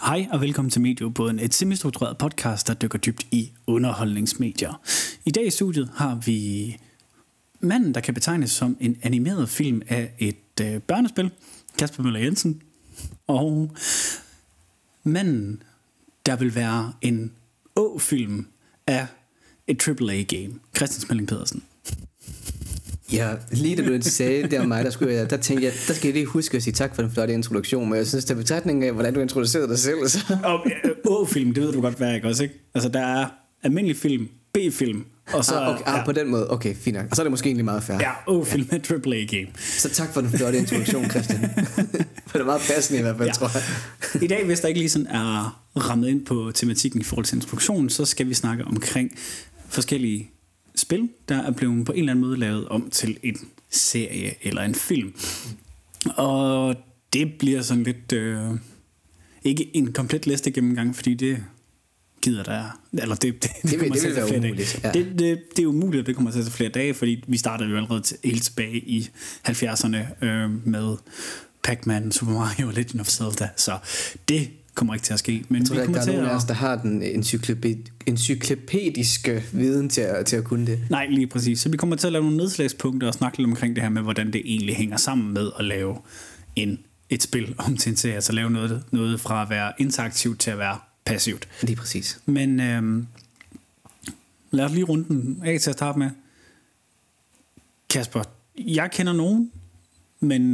Hej og velkommen til Mediebåden, et semi-struktureret podcast, der dykker dybt i underholdningsmedier. I dag i studiet har vi manden, der kan betegnes som en animeret film af et børnespil, Kasper Møller Jensen, og manden, der vil være en film af et AAA-game, Christian Smelling Pedersen. Ja, lige da du sagde, det var mig, der tænkte jeg, der skal jeg lige huske at sige tak for den flotte introduktion, men jeg synes, der er betragtning af, hvordan du introducerede dig selv. Så. Film, det ved du godt, hvad jeg også, ikke? Altså, der er almindelig film, B-film, og så... Okay, på den måde, okay, fint nok. Og så er det måske egentlig meget fair. Ja, film med AAA-game. Så tak for den flotte introduktion, Christian. For det er meget passende i hvert fald, tror jeg. I dag, hvis der ikke lige sådan er rammet ind på tematikken i forhold til introduktionen, så skal vi snakke omkring forskellige spil, der er blevet på en eller anden måde lavet om til en serie eller en film. Og det bliver sådan lidt ikke en komplet liste gennemgang, fordi det gider der, eller det kommer til at tage flere dage. Ja. Det er umuligt, at det kommer til at tage flere dage, fordi vi startede jo allerede helt tilbage i 70'erne med Pac-Man, Super Mario og Legend of Zelda, så det kommer ikke til at ske. Men jeg tror ikke, der er nogen af os, der har den encyklopædiske viden til at kunne det. Nej, lige præcis. Så vi kommer til at lave nogle nedslagspunkter og snakke lidt omkring det her med, hvordan det egentlig hænger sammen med at lave et spil om til en serie. Altså lave noget fra at være interaktivt til at være passivt. Lige præcis. Men lad os lige runde den af til at starte med. Kasper, jeg kender nogen, men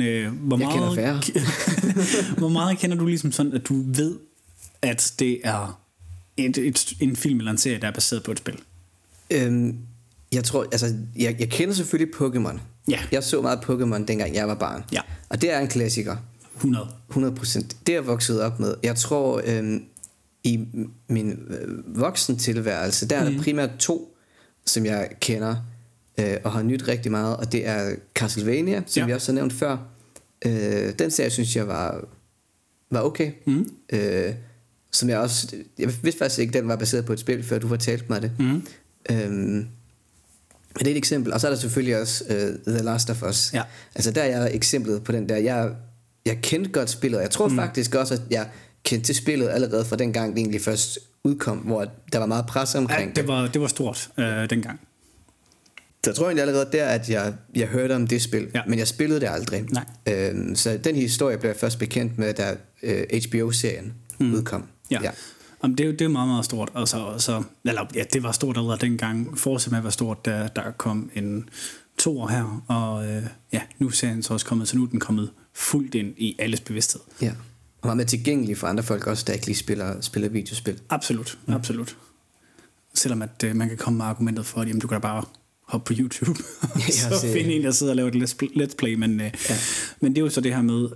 hvor meget kender du ligesom sådan, at du ved, at det er en film eller en serie, der er baseret på et spil? Jeg tror, altså, jeg kender selvfølgelig Pokémon. Ja. Jeg så meget Pokémon, dengang jeg var barn. Ja. Og det er en klassiker. 100%. Det er jeg vokset op med. Jeg tror, i min voksentilværelse, der er der primært 2, som jeg kender og har nyt rigtig meget, og det er Castlevania, som vi også har nævnt før. Den serie synes jeg var okay. Som jeg vidste faktisk ikke, den var baseret på et spil, før du fortalte mig det. Men det er et eksempel. Og så er der selvfølgelig også The Last of Us. Ja. Altså der er jeg eksemplet på den der. Jeg kendte godt spillet. Jeg tror faktisk også, at jeg kendte til spillet allerede fra dengang det egentlig først udkom, hvor der var meget pres omkring det var stort dengang. Så jeg tror egentlig allerede der, at jeg hørte om det spil, men jeg spillede det aldrig. Så den historie blev jeg først bekendt med, da HBO-serien udkom. Ja. Jamen, det er meget, meget stort. Det var stort allerede dengang. Fortsat med at være stort, da der kom en 2 her. Og nu er serien så også kommet, så nu er den kommet fuldt ind i alles bevidsthed. Ja. Og meget mere tilgængelig for andre folk også, der ikke lige spiller videospil. Absolut. Selvom at man kan komme med argumentet for, at jamen, du kan da bare hoppe på YouTube og så finde en, der sidder og laver et let's play. Men det er jo så det her med...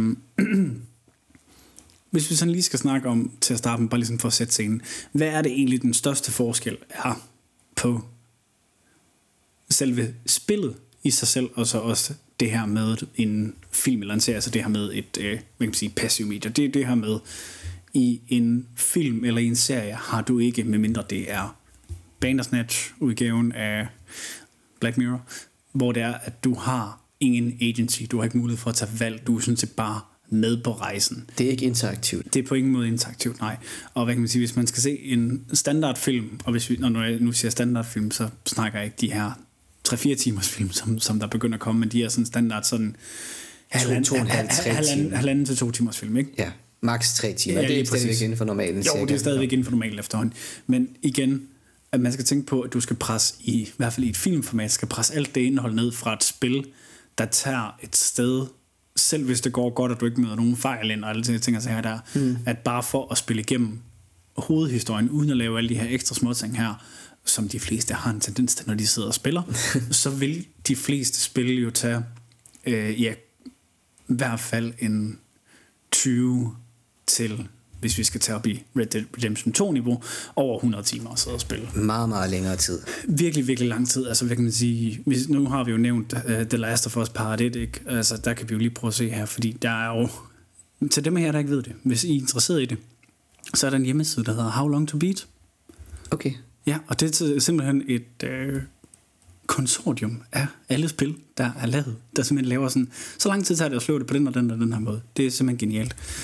Hvis vi sådan lige skal snakke om til at starte med, bare ligesom for at sætte scenen, hvad er det egentlig den største forskel er på selve spillet i sig selv, og så også det her med en film eller en serie, altså det her med et passiv medie. Det er det her med, i en film eller i en serie har du ikke, medmindre det er Bandersnatch-udgaven af Black Mirror, hvor det er, at du har ingen agency, du har ikke mulighed for at tage valg, du er sådan set bare med på rejsen. Det er ikke interaktivt. Det er på ingen måde interaktivt, nej. Og hvad kan man sige, hvis man skal se en standardfilm, og når jeg nu siger standardfilm, så snakker jeg ikke de her 3-4 timers film, som der begynder at komme, men de er sådan standard sådan 1,5 til 2 timers film, ikke? Ja, maks 3 timer. Ja, det er stadigvæk inden for normalen. Jo, det er stadigvæk inden for normalen efterhånden. Men igen, at man skal tænke på, at du skal presse i hvert fald i et filmformat, skal presse alt det indhold ned fra et spil, der tager et sted, selv hvis det går godt, og du ikke møder nogen fejl ind, og alle de ting, der, at bare for at spille igennem hovedhistorien, uden at lave alle de her ekstra små ting her, som de fleste har en tendens til, når de sidder og spiller, så vil de fleste spil jo tage i hvert fald en 20 til, hvis vi skal tage op i Red Dead Redemption 2-niveau, over 100 timer at sidde og spille. Meget, meget længere tid. Virkelig, virkelig lang tid. Altså, hvad kan man sige? Nu har vi jo nævnt The Last of Us Part 1, ikke? Altså, der kan vi jo lige prøve at se her, fordi der er jo... Til dem her, der ikke ved det, hvis I er interesseret i det, så er der en hjemmeside, der hedder How Long to Beat. Okay. Ja, og det er simpelthen et konsortium af alle spil, der er lavet, der simpelthen laver sådan, så lang tid tager det at slå det på den og den og den her måde. Det er simpelthen genialt.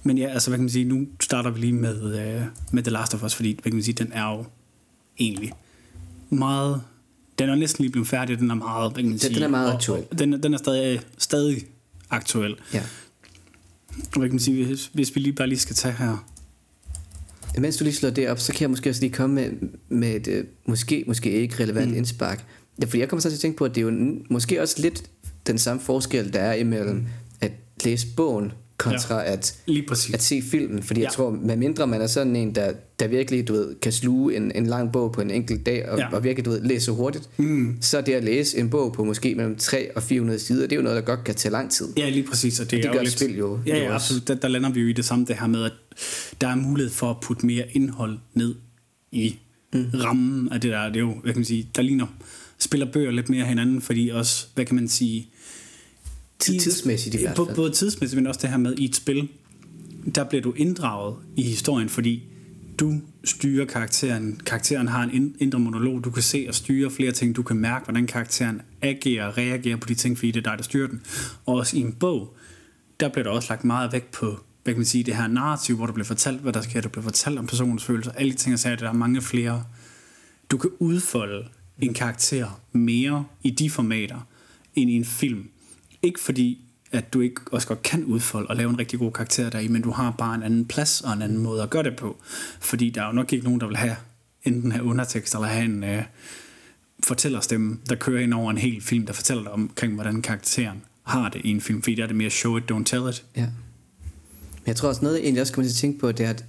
Men ja, altså hvad kan man sige, nu starter vi lige med The Last of Us, fordi hvad kan man sige, den er jo egentlig meget, den er næsten lige blevet færdig, den er meget, hvad kan man sige, den er meget aktuel. Den er stadig aktuel. Ja. Og hvad kan man sige, hvis vi lige skal tage her. Mens du lige slår det op, så kan jeg måske også lige komme med et måske ikke relevant indspark. Ja, fordi jeg kommer så til at tænke på, at det er jo måske også lidt den samme forskel, der er imellem at læse bogen kontra at se filmen. Fordi jeg tror, medmindre man er sådan en, der virkelig, du ved, kan sluge en lang bog på en enkelt dag, og virkelig, du ved, læse så hurtigt, så det at læse en bog på måske mellem 300 og 400 sider, det er jo noget, der godt kan tage lang tid. Ja, lige præcis. Og det gør lidt spil jo. Ja, absolut. Der lander vi jo i det samme, det her med, at der er mulighed for at putte mere indhold ned i rammen af det der. Det er jo, hvad kan man sige, der ligner spiller bøger lidt mere hinanden, fordi også, hvad kan man sige, tidsmæssigt i hvert fald. Både tidsmæssigt, men også det her med i et spil, der bliver du inddraget i historien, fordi du styrer karakteren. Karakteren har en indre monolog, du kan se og styre flere ting, du kan mærke, hvordan karakteren agerer og reagerer på de ting, fordi det er dig, der styrer den. Og også i en bog, der bliver der også lagt meget vægt på, hvad kan man sige, det her narrativ, hvor der bliver fortalt, hvad der sker, der bliver fortalt om personens følelser, alle de ting, jeg sagde, der er mange flere. Du kan udfolde en karakter mere i de formater, end i en film. Ikke fordi, at du ikke også godt kan udfolde og lave en rigtig god karakter deri, men du har bare en anden plads og en anden måde at gøre det på. Fordi der er jo nok ikke nogen, der vil have enten have undertekst eller have en fortællerstemme, der kører ind over en hel film, der fortæller dig omkring, hvordan karakteren har det i en film. Fordi der er det mere show it, don't tell it. Ja. Men jeg tror også noget, jeg egentlig også kommer til at tænke på, det er, at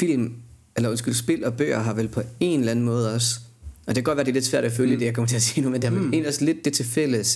spil og bøger har vel på en eller anden måde også, og det kan godt være, det er lidt svært at følge det, jeg kommer til at sige nu, men der er egentlig også lidt det til fælles,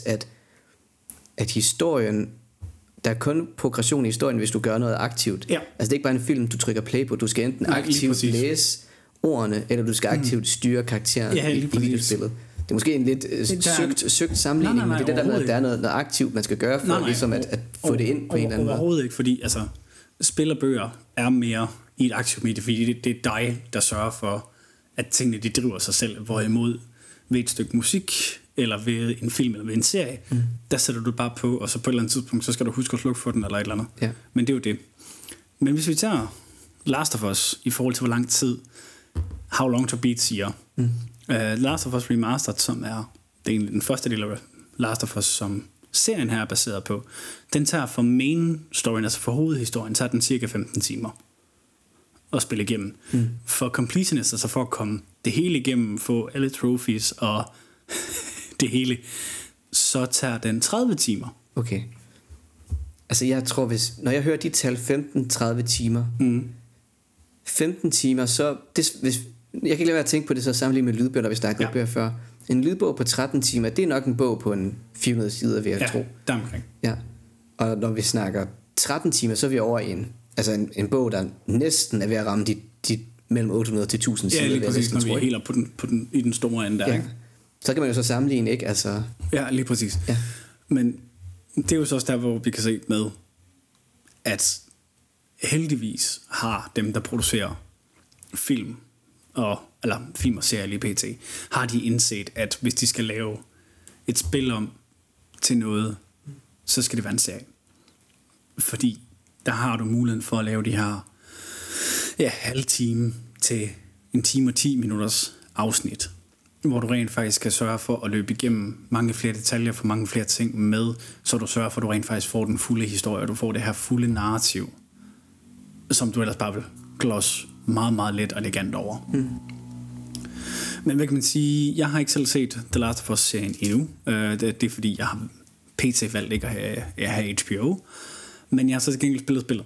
at historien, der er kun progression i historien, hvis du gør noget aktivt. Altså det er ikke bare en film, du trykker play på, du skal enten aktivt læse ordene, eller du skal aktivt styre karakteren i videospillet. Det er måske en lidt søgt sammenligning, men det er det der med, at der er noget aktivt, man skal gøre for ligesom at få det ind på en eller anden måde. Overhovedet ikke, fordi altså, spil og bøger er mere i et aktivt medie, fordi det er dig, der sørger for, at tingene de driver sig selv, hvorimod ved et stykke musik, eller ved en film, eller ved en serie, der sætter du bare på, og så på et eller andet tidspunkt, så skal du huske at slukke for den, eller et eller andet. Ja. Men det er jo det. Men hvis vi tager Last of Us, i forhold til hvor lang tid How Long to Beat siger, Last of Us Remastered, som er det egentlig den første del af Last of Us, som serien her er baseret på, den tager for main storyen, altså for hovedhistorien, tager den cirka 15 timer at spille igennem. For completionist, altså for at komme det hele igennem, få alle trophies og det hele, så tager den 30 timer. Okay. Altså jeg tror, når jeg hører de tal 15-30 timer, 15 timer, så jeg kan ikke lade være at tænke på det så sammenlignet med lydbøger, når vi snakkede lydbøger før. En lydbog på 13 timer, det er nok en bog på en 400 sider, vil jeg tro. Ja, deromkring. Ja. Og når vi snakker 13 timer, så er vi over i en bog, der næsten er ved at ramme de mellem 800 til 1000 sider. Ja, lige præcis, når vi er helt i den store ende der. Ja. Så kan man jo så sammenligne, ikke? Altså... Ja, lige præcis. Ja. Men det er jo så også der, hvor vi kan se med, at heldigvis har dem, der producerer film og serier lige pt, har de indset, at hvis de skal lave et spil om til noget, så skal det være en serie. Fordi der har du muligheden for at lave de her halv time til en time og 10 minutters afsnit, hvor du rent faktisk kan sørge for at løbe igennem mange flere detaljer, for mange flere ting med, så du sørger for, at du rent faktisk får den fulde historie, og du får det her fulde narrativ, som du ellers bare vil gloss meget, meget let og elegant over. Men hvad kan man sige, jeg har ikke selv set The Last of Us-serien endnu. Det er fordi, jeg har pt. Valgt ikke at have HBO, men jeg har så til gengæld spillet.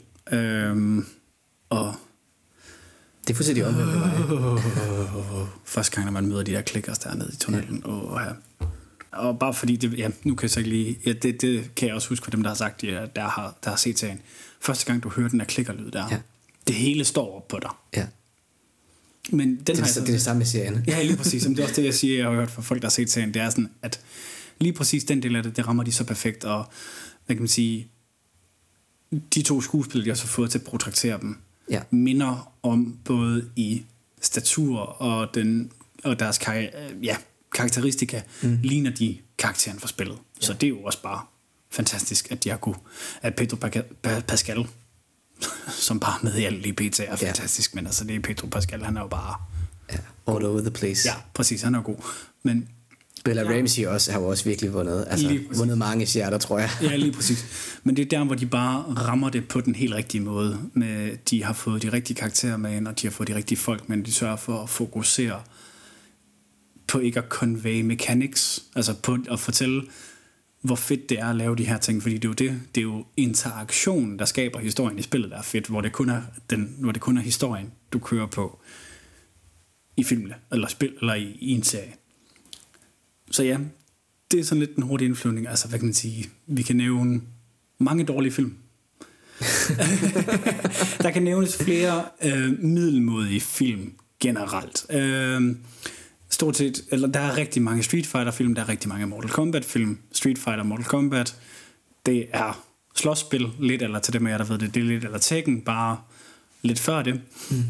Og det er fuldstændig omvendt. Første gang, når man møder de der klikkers dernede i tunnelen. Og bare fordi, nu kan jeg så ikke lige... det kan jeg også huske for dem, der har sagt, der har set serien. Første gang, du hører den der klikkerlyd der, det hele står op på dig. Ja. Men det er det samme med serien. Ja, lige præcis. Det er også det, jeg siger, jeg har hørt fra folk, der har set serien. Det er sådan, at lige præcis den del af det rammer de så perfekt. Og hvad kan man sige... De to skuespillere, de har så fået til at protraktere dem, minder om både i statur og deres karakteristika, ligner de karakteren for spillet. Så det er jo også bare fantastisk, at de har kunne, at Pedro Pascal, som bare med i alt i PT er fantastisk, men altså det er Pedro Pascal, han er jo bare all over the place. Ja, præcis, han er god. Men Bella Ramsey også, har jo også virkelig vundet. Altså vundet mange stjerner, tror jeg. Ja, lige præcis. Men det er der, hvor de bare rammer det på den helt rigtige måde. Med, de har fået de rigtige karakterer med ind, og de har fået de rigtige folk, men de sørger for at fokusere på ikke at convey mechanics, altså på at fortælle, hvor fedt det er at lave de her ting, fordi det er jo interaktion, der skaber historien i spillet, der er fedt, hvor det kun er historien, du kører på i filmene, eller spil, eller i en serie. Så ja, det er sådan lidt en hurtig indflyvning. Altså, hvad kan man sige? Vi kan nævne mange dårlige film. Der kan nævnes flere middelmådige film generelt. Stort set, eller der er rigtig mange Street Fighter film, der er rigtig mange Mortal Kombat film. Street Fighter, Mortal Kombat, det er slåsspil lidt, eller til dem af jer, der ved det, det er lidt, eller Tekken, bare lidt før det.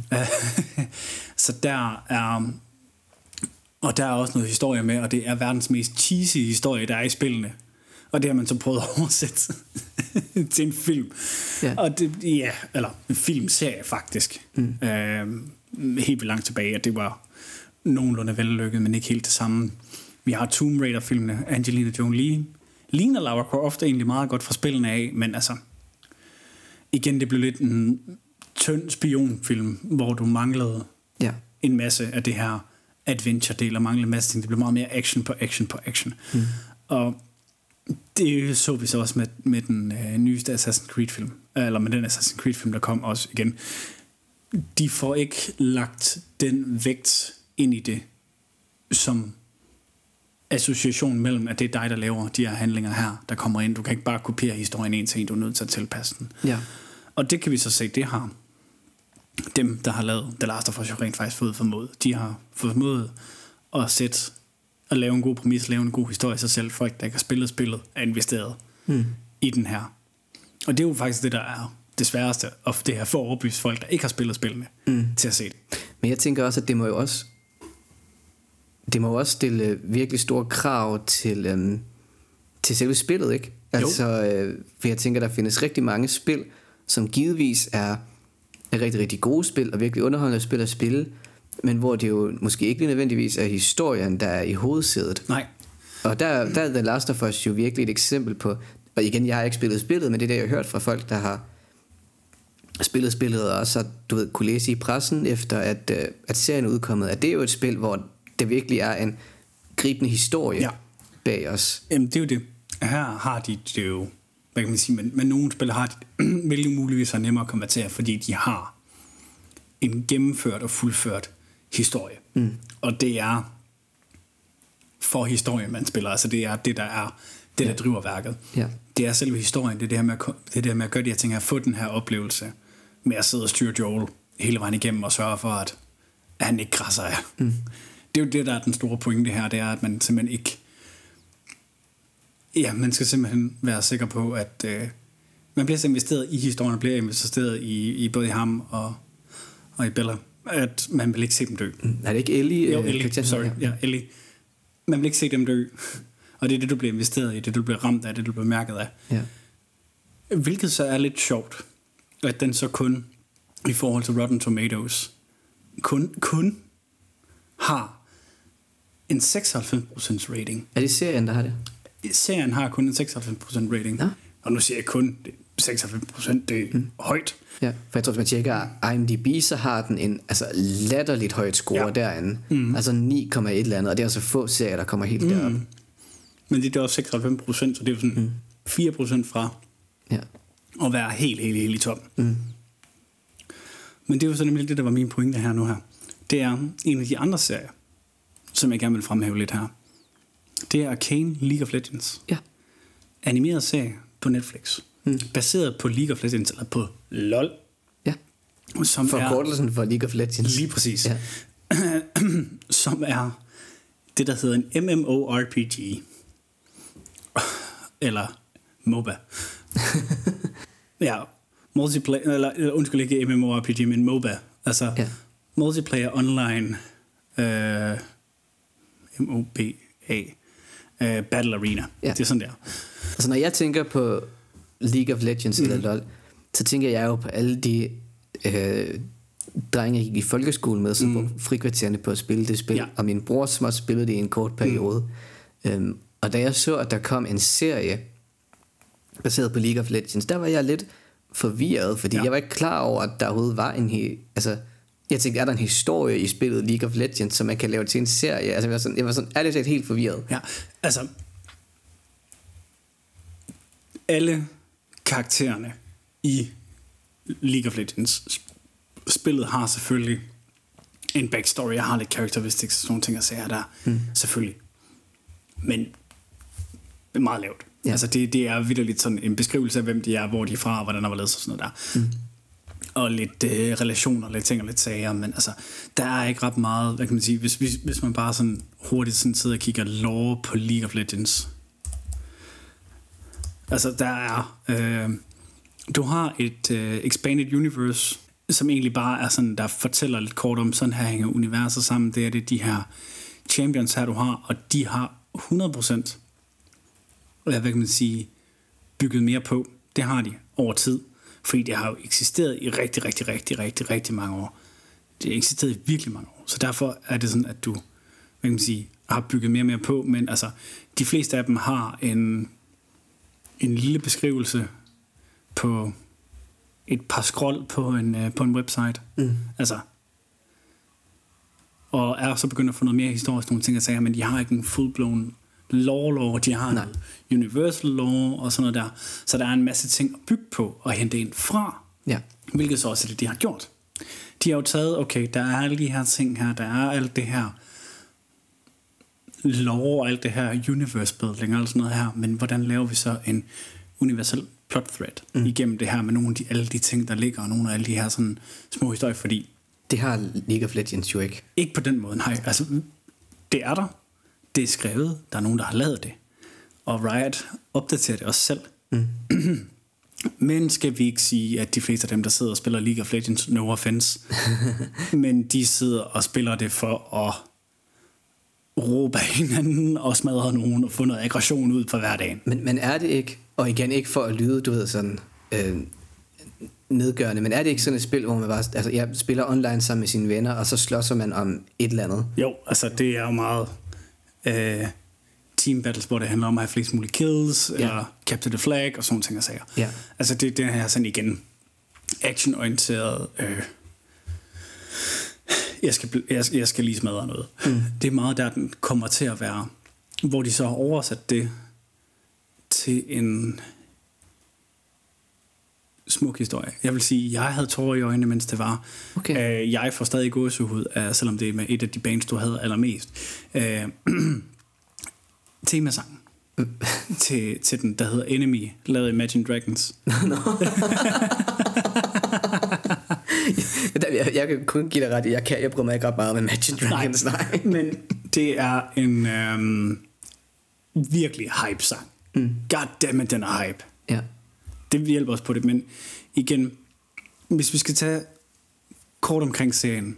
Så der er... Og der er også noget historie med, og det er verdens mest cheesy historie, der er i spillene. Og det har man så prøvet at oversætte til en film. Yeah. Og det, eller en filmserie faktisk. Helt vildt langt tilbage, og det var nogenlunde vellykket, men ikke helt det samme. Vi har Tomb Raider-filmene, Angelina Jolie. Ligner Lara Croft egentlig meget godt fra spillene af, men altså, igen, det blev lidt en tynd spionfilm, hvor du manglede en masse af det her adventure-del og manglede en masse ting. Det blev meget mere action på action på action. Og det så vi så også med den nyeste Assassin's Creed-film, eller med den Assassin's Creed-film, der kom også igen. De får ikke lagt den vægt ind i det, som association mellem, at det er dig, der laver de her handlinger her, der kommer ind. Du kan ikke bare kopiere historien en til en, du er nødt til at tilpasse den. Ja. Og det kan vi så se, det har dem, der har lavet The Last of Us, jo rent faktisk fået formået. De har formået at lave en god præmis, lave en god historie, så selv folk, der ikke har spillet spillet, er investeret i den her. Og det er jo faktisk det, der er det sværeste, og det her for at overbevise folk, der ikke har spillet spillene, til at se det. Men jeg tænker også, at det må jo også stille virkelig store krav til selve spillet, ikke? Altså, for jeg tænker, der findes rigtig mange spil, som givetvis er rigtig, rigtig gode spil, og virkelig underholdende spil at spille, men hvor det jo måske ikke nødvendigvis er historien, der er i hovedsædet. Nej. Og der er The Last of Us jo virkelig et eksempel på, og igen, jeg har ikke spillet spillet, men det er det, jeg har hørt fra folk, der har spillet spillet, og også kunne læse i pressen, efter at serien er udkommet, at det er jo et spil, hvor det virkelig er en gribende historie bag os. Jamen, det er jo det. Her har de det jo, hvad kan man sige, men nogle spil har de hvilket muligvis er nemmere at konvertere, fordi de har en gennemført og fuldført historie. Og det er for historien, man spiller. Altså det er det, der driver værket. Ja. Det er selve historien, det er det her med at gøre de her ting, at få den her oplevelse med at sidde og styre Joel hele vejen igennem og sørge for, at han ikke krasser af. Det er jo det, der er den store pointe her, det er, at man simpelthen ikke... Ja, man skal simpelthen være sikker på, at man bliver investeret i historien, bliver investeret i både i ham og i Bella, at man vil ikke se dem dø. Er det ikke Ellie? Jo, Ellie, sorry. Ja, Ellie. Man vil ikke se dem dø. Og det er det, du bliver investeret i, det du bliver ramt af, det du bliver mærket af. Ja. Hvilket så er lidt sjovt, at den så kun, i forhold til Rotten Tomatoes, kun har en 96% rating. Er det serien, der har det? Serien har kun en 96% rating. Ja. Og nu siger jeg kun 96%, det er højt. Ja, for jeg tror, hvis man tjekker IMDb, så har den en latterligt højt score derinde. Altså 9,1 eller andet, og det er altså få serier, der kommer helt derop. Men det er også 96%, så det er jo sådan 4% fra at være helt i toppen. Men det er jo så nemlig det, der var min pointe her nu her. Det er en af de andre serier, som jeg gerne vil fremhæve lidt her. Det er Arcane League of Legends. Ja. Animeret serie på Netflix. Baseret på League of Legends, eller på LOL. Ja. Forkortelsen for League of Legends. Lige præcis. Ja. Som er det, der hedder en MMORPG. Eller MOBA. Ja, multiplayer, eller undskyld ikke MMORPG, men MOBA. Altså multiplayer online MOBA Battle Arena. Ja. Det er sådan der. Altså når jeg tænker på League of Legends eller LOL, så tænker jeg jo på alle de drenge, jeg gik i folkeskole med, som brugte frikvartererne på at spille det spil, og min bror som også spillede det i en kort periode. Og da jeg så, at der kom en serie baseret på League of Legends, der var jeg lidt forvirret, fordi jeg var ikke klar over, at der overhovedet var jeg tænkte, er der en historie i spillet League of Legends, som man kan lave til en serie? Altså, jeg var sådan ærligt talt helt forvirret. Ja, altså alle karaktererne i League of Legends spillet har selvfølgelig en backstory. Jeg har lidt characteristics og sådan nogle ting at sige der. Selvfølgelig. Men meget lavt. Ja. Altså det er vitterligt sådan en beskrivelse af, hvem de er, hvor de er fra, og hvordan der var lavet sådan noget der. Og lidt relationer, lidt ting og lidt sager, men altså, der er ikke ret meget, hvad kan man sige, hvis man bare sådan hurtigt sådan sidder og kigger lore på League of Legends. Altså, der er, du har et expanded universe, som egentlig bare er sådan, der fortæller lidt kort om, sådan her hænger universet sammen. Det er det de her champions her, du har, og de har 100%, hvad kan man sige, bygget mere på. Det har de over tid. Fordi det har jo eksisteret i rigtig mange år. Det har eksisteret i virkelig mange år. Så derfor er det sådan, at du, hvad kan man sige, har bygget mere og mere på. Men altså, de fleste af dem har en lille beskrivelse på et par scroll på en website. Altså, og er så begyndt at få noget mere historisk, nogle ting at sige, men de har ikke en full-blown lore, de har noget universal lore og sådan noget der. Så der er en masse ting at bygge på og hente ind fra, hvilket så også er det, de har gjort. De har jo taget, okay, der er alle de her ting her, der er alt det her lore, alt det her universe building og sådan noget her, men hvordan laver vi så en universel plot thread igennem det her med nogle af alle de ting, der ligger, og nogle af alle de her sådan små historier, fordi det har League of Legends jo ikke. Ikke på den måde, nej. Altså, det er der. Det er skrevet. Der er nogen, der har lavet det. Og Riot opdaterer det også selv. Men skal vi ikke sige, at de fleste af dem, der sidder og spiller League of Legends, no offense, men de sidder og spiller det for at råbe af hinanden og smadre nogen og få noget aggression ud for hverdagen. Men er det ikke, og igen ikke for at lyde, du ved, sådan nedgørende, men er det ikke sådan et spil, hvor man bare, altså jeg spiller online sammen med sine venner, og så slåsser man om et eller andet? Jo, altså det er jo meget team battles, hvor det handler om at have flest mulige kills, eller capture the flag, og sådan ting og sager. Altså det her sådan igen actionorienteret jeg skal lige smadre noget. Det er meget der, den kommer til at være, hvor de så har oversat det til en smuk historie. Jeg vil sige, jeg havde tårer i øjnene, mens det var. Okay. Jeg får stadig gåsehud, selvom det er med et af de bands, du havde allermest. Temasangen til den, der hedder Enemy, lavet Imagine Dragons. Jeg kan kun give dig ret i, jeg bryder mig ikke ret meget om Imagine Dragons. Nej. Men det er en virkelig hype-sang. Goddammit, den er hype. Ja. Det hjælper os på det, men igen, hvis vi skal tage kort omkring serien,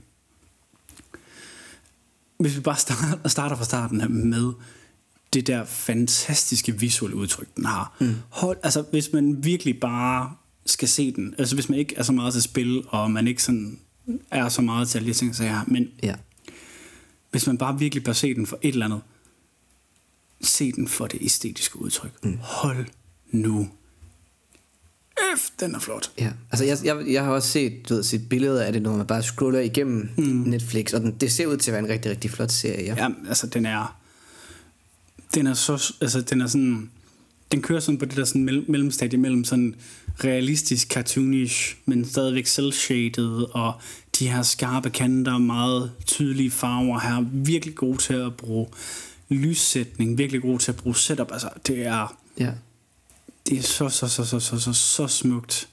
hvis vi bare starter fra starten med det der fantastiske visuelle udtryk, den har. Altså, hvis man virkelig bare skal se den, altså hvis man ikke er så meget til spil, og man ikke sådan er så meget til alle de ting, så jeg har, men hvis man bare virkelig bør se den for et eller andet, se den for det æstetiske udtryk. Hold nu. Den er flot. Ja, altså jeg har også set billeder af det, når man bare scroller igennem Netflix, og det ser ud til at være en rigtig, rigtig flot serie. Ja, altså den er så, altså den er sådan, den kører sådan på det der sådan mellemstadie mellem sådan realistisk, cartoonish, men stadigvæk cel-shaded, og de her skarpe kanter, meget tydelige farver her, virkelig god til at bruge lyssætning, virkelig god til at bruge setup, altså det er det er så smukt.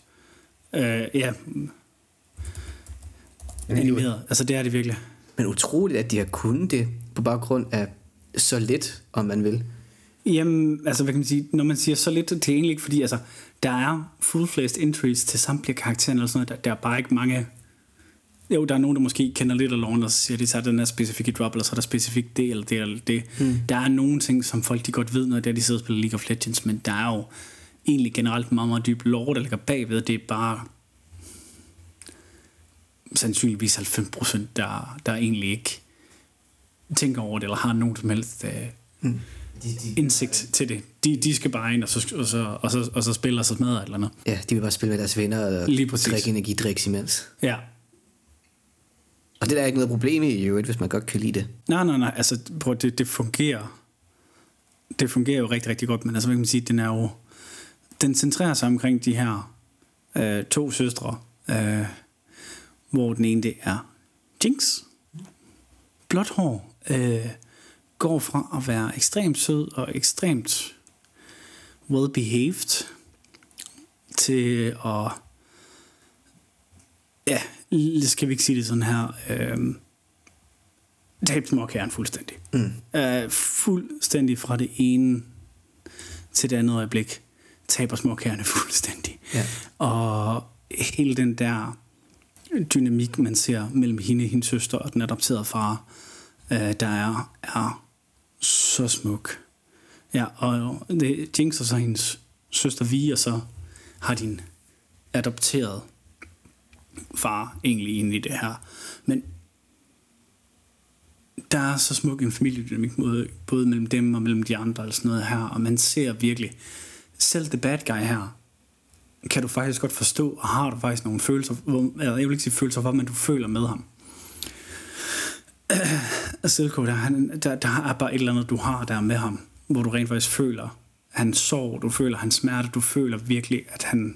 Animeret. Altså det er det virkelig. Men utroligt, at de har kunnet det på baggrund af så lidt, om man vil. Jamen, altså hvad kan man sige, når man siger så lidt, det er egentlig ikke fordi, altså der er full-fleshed entries til samtlige karakterer eller sådan noget, der er bare ikke mange. Jo, der er nogen, der måske kender lidt af loven, og så siger de, så er den her specifikke drop, eller så er der specifikt det eller det eller det. Der er nogle ting, som folk de godt ved, når de sidder og spiller League of Legends, men der er jo egentlig generelt meget, meget dyb lore, der ligger bagved. Det er bare sandsynligvis 90%, der egentlig ikke tænker over det, eller har nogen som helst indsigt til det. De skal bare ind, og så spille og så smadre et eller andet. Ja, de vil bare spille med deres venner og drikke energidriks imens. Ja. Og det der er ikke noget problem i øvrigt, hvis man godt kan lide det. Nej, altså prøv, det fungerer. Det fungerer jo rigtig, rigtig godt, men altså, hvad kan man sige, den centrerer sig omkring de her 2 søstre, hvor den ene det er Jinx, blåt hår, går fra at være ekstremt sød og ekstremt well-behaved til at, ja, skal vi ikke sige det sådan her, tabe småkæren fuldstændig. Fuldstændig fra det ene til det andet øjeblik taber småkærerne fuldstændig. Ja. Og hele den der dynamik, man ser mellem hendes søster og den adopterede far, der er så smuk. Ja, og det Jinx og så hendes søster Vi, og så har din adopterede far egentlig inde i det her. Men der er så smuk en familiedynamik både mellem dem og mellem de andre og sådan noget her, og man ser virkelig selv the bad guy her kan du faktisk godt forstå, og har du faktisk nogle følelser, jeg vil ikke sige følelser for, men du føler med ham. Silco, der er bare et eller andet, du har der med ham, hvor du rent faktisk føler hans sorg, du føler hans smerte, du føler virkelig, at han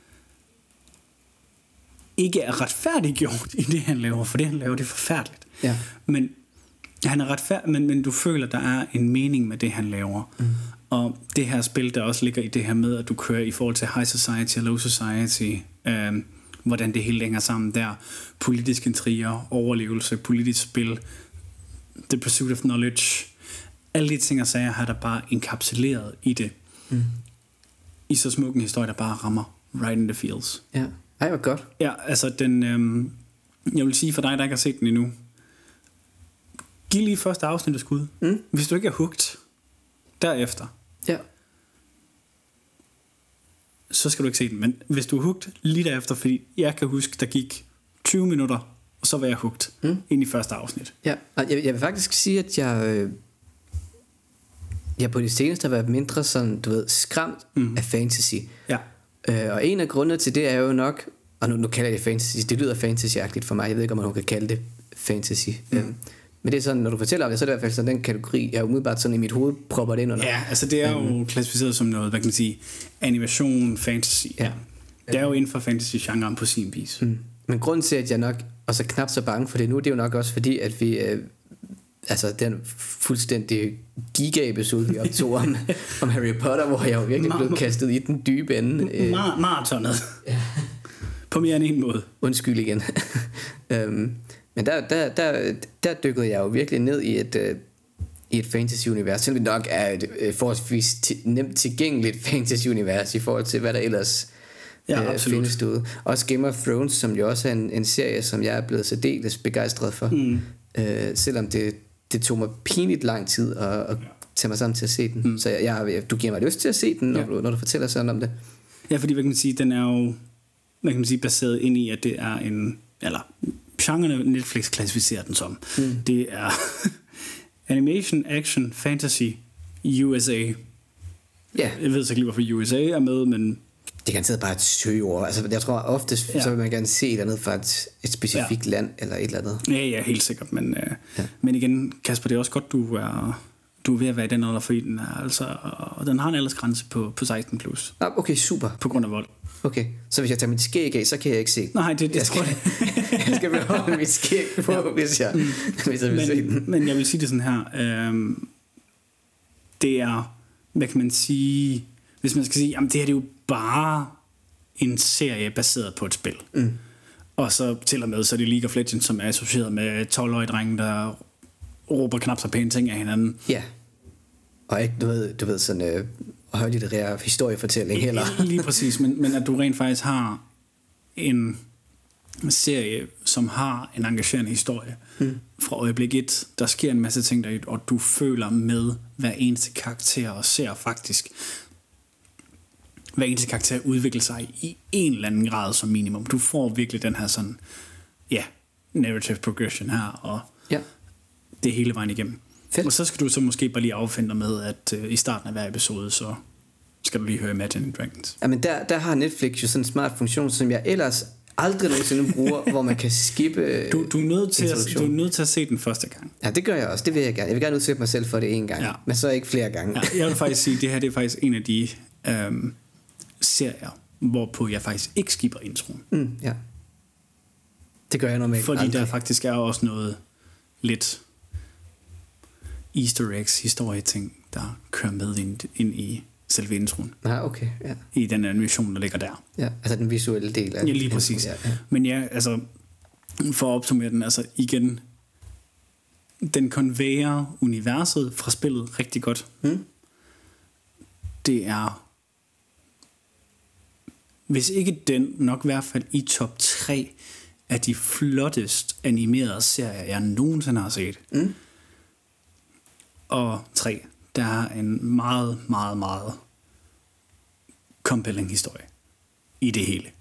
ikke er retfærdiggjort i det, han laver, for det, han laver, det er forfærdeligt. Ja. Men han er retfærdig, men du føler, der er en mening med det, han laver. Og det her spil, der også ligger i det her med, at du kører i forhold til high society og low society, hvordan det hele hænger sammen der, politiske intriger, overlevelse, politisk spil, the pursuit of knowledge, alle de ting og sager her, der bare enkapsuleret i det. I så smuk en historie, der bare rammer right in the feels. Ja, ej, hvor godt. Ja, altså den, jeg vil sige for dig, der ikke har set den endnu, giv lige første afsnit et skud. Hvis du ikke er hooked derefter, ja, så skal du ikke se den. Men hvis du er hooked lige derefter, fordi jeg kan huske, der gik 20 minutter, og så var jeg hooked ind i første afsnit. Ja, og jeg vil faktisk sige, at jeg på det seneste har været mindre sådan, du ved, skræmt af fantasy. Ja. Og en af grundene til det er jo nok, og nu kalder jeg det fantasy, det lyder fantasyagtigt for mig, jeg ved ikke, om man kan kalde det fantasy. Men det er sådan, når du fortæller om det, så er det i hvert fald sådan den kategori, jeg umiddelbart sådan i mit hoved propper det ind under. Ja, altså det er jo klassificeret som noget, hvad kan man sige, animation, fantasy. Ja. Det er jo inden for fantasy-genren på sin vis. Men grunden til, at jeg nok også er knap så bange for det nu, det er jo nok også fordi, at vi, altså den fuldstændig giga-episode, vi optog om Harry Potter, hvor jeg jo virkelig blev kastet i den dybe ende. Maratonet. Ja. På mere end en måde. Undskyld igen. Men der dykkede jeg jo virkelig ned i et fantasy-univers, selvom det nok er et forholdsvis nemt tilgængeligt fantasy-univers i forhold til, hvad der ellers findes derude. Også Game of Thrones, som jo også er en serie, som jeg er blevet særdeles begejstret for. Selvom det tog mig pinligt lang tid at tage mig sammen til at se den. Så du giver mig lyst til at se den, når du fortæller sådan om det. Ja, fordi hvad kan man sige, den er jo, hvad kan man sige, baseret ind i, at det er en, eller genrerne Netflix klassificerer den som. Det er animation, action, fantasy, USA. Ja. Jeg ved så ikke lige, hvorfor USA er med, men det kan bare et søgeord. Altså, jeg tror oftest, så vil man gerne se et eller andet fra et specifikt land, eller et eller andet. Ja, helt sikkert. Men, men igen, Kasper, det er også godt, du er ved at være i den alder, fordi den er altså, og den har en aldersgrænse på 16+. Okay, super. På grund af vold. Okay, så hvis jeg tager mit skæg af, så kan jeg ikke se den. Nej, jeg skal beholde mit skæg på, hvis jeg vil se den. Men jeg vil sige det sådan her. Det er, hvad kan man sige, hvis man skal sige, jamen det her det er jo bare en serie baseret på et spil. Og så til og med, så er det League of Legends, som er associeret med 12-årige drenge, der råber knap så pæne ting af hinanden. Ja. Og ikke, du ved sådan højlitterær historiefortælling heller. Lige præcis, men at du rent faktisk har en serie, som har en engagerende historie. Fra øjeblik 1, der sker en masse ting der, og du føler med hver eneste karakter, og ser faktisk hver eneste karakter udvikler sig i en eller anden grad som minimum. Du får virkelig den her sådan, narrative progression her, og det er hele vejen igennem. Fedt. Og så skal du så måske bare lige affinde dig med, at i starten af hver episode, så skal du lige høre Imagine Dragons. Jamen der har Netflix jo sådan en smart funktion, som jeg ellers aldrig nogensinde bruger, hvor man kan skippe du er nødt til at se den første gang. Ja, det gør jeg også, det vil jeg gerne. Jeg vil gerne udsætte mig selv for det en gang, men så ikke flere gange. Ja, jeg vil faktisk sige, at det her det er faktisk en af de serier, hvorpå jeg faktisk ikke skipper introen. Ja. Det gør jeg normalt fordi aldrig. Der faktisk er også noget lidt Easter eggs, historieting, der kører med ind i selve introen. Okay, ja. I den animation, der ligger der. Ja, altså den visuelle del af. Ja, lige præcis. Ja. Men ja, altså, for at opsummere den, altså igen, den konvejer universet fra spillet rigtig godt. Det er, hvis ikke den, nok i hvert fald i top 3 af de flottest animerede serier, jeg nogensinde har set. Og 3, der er en meget, meget, meget compelling historie i det hele.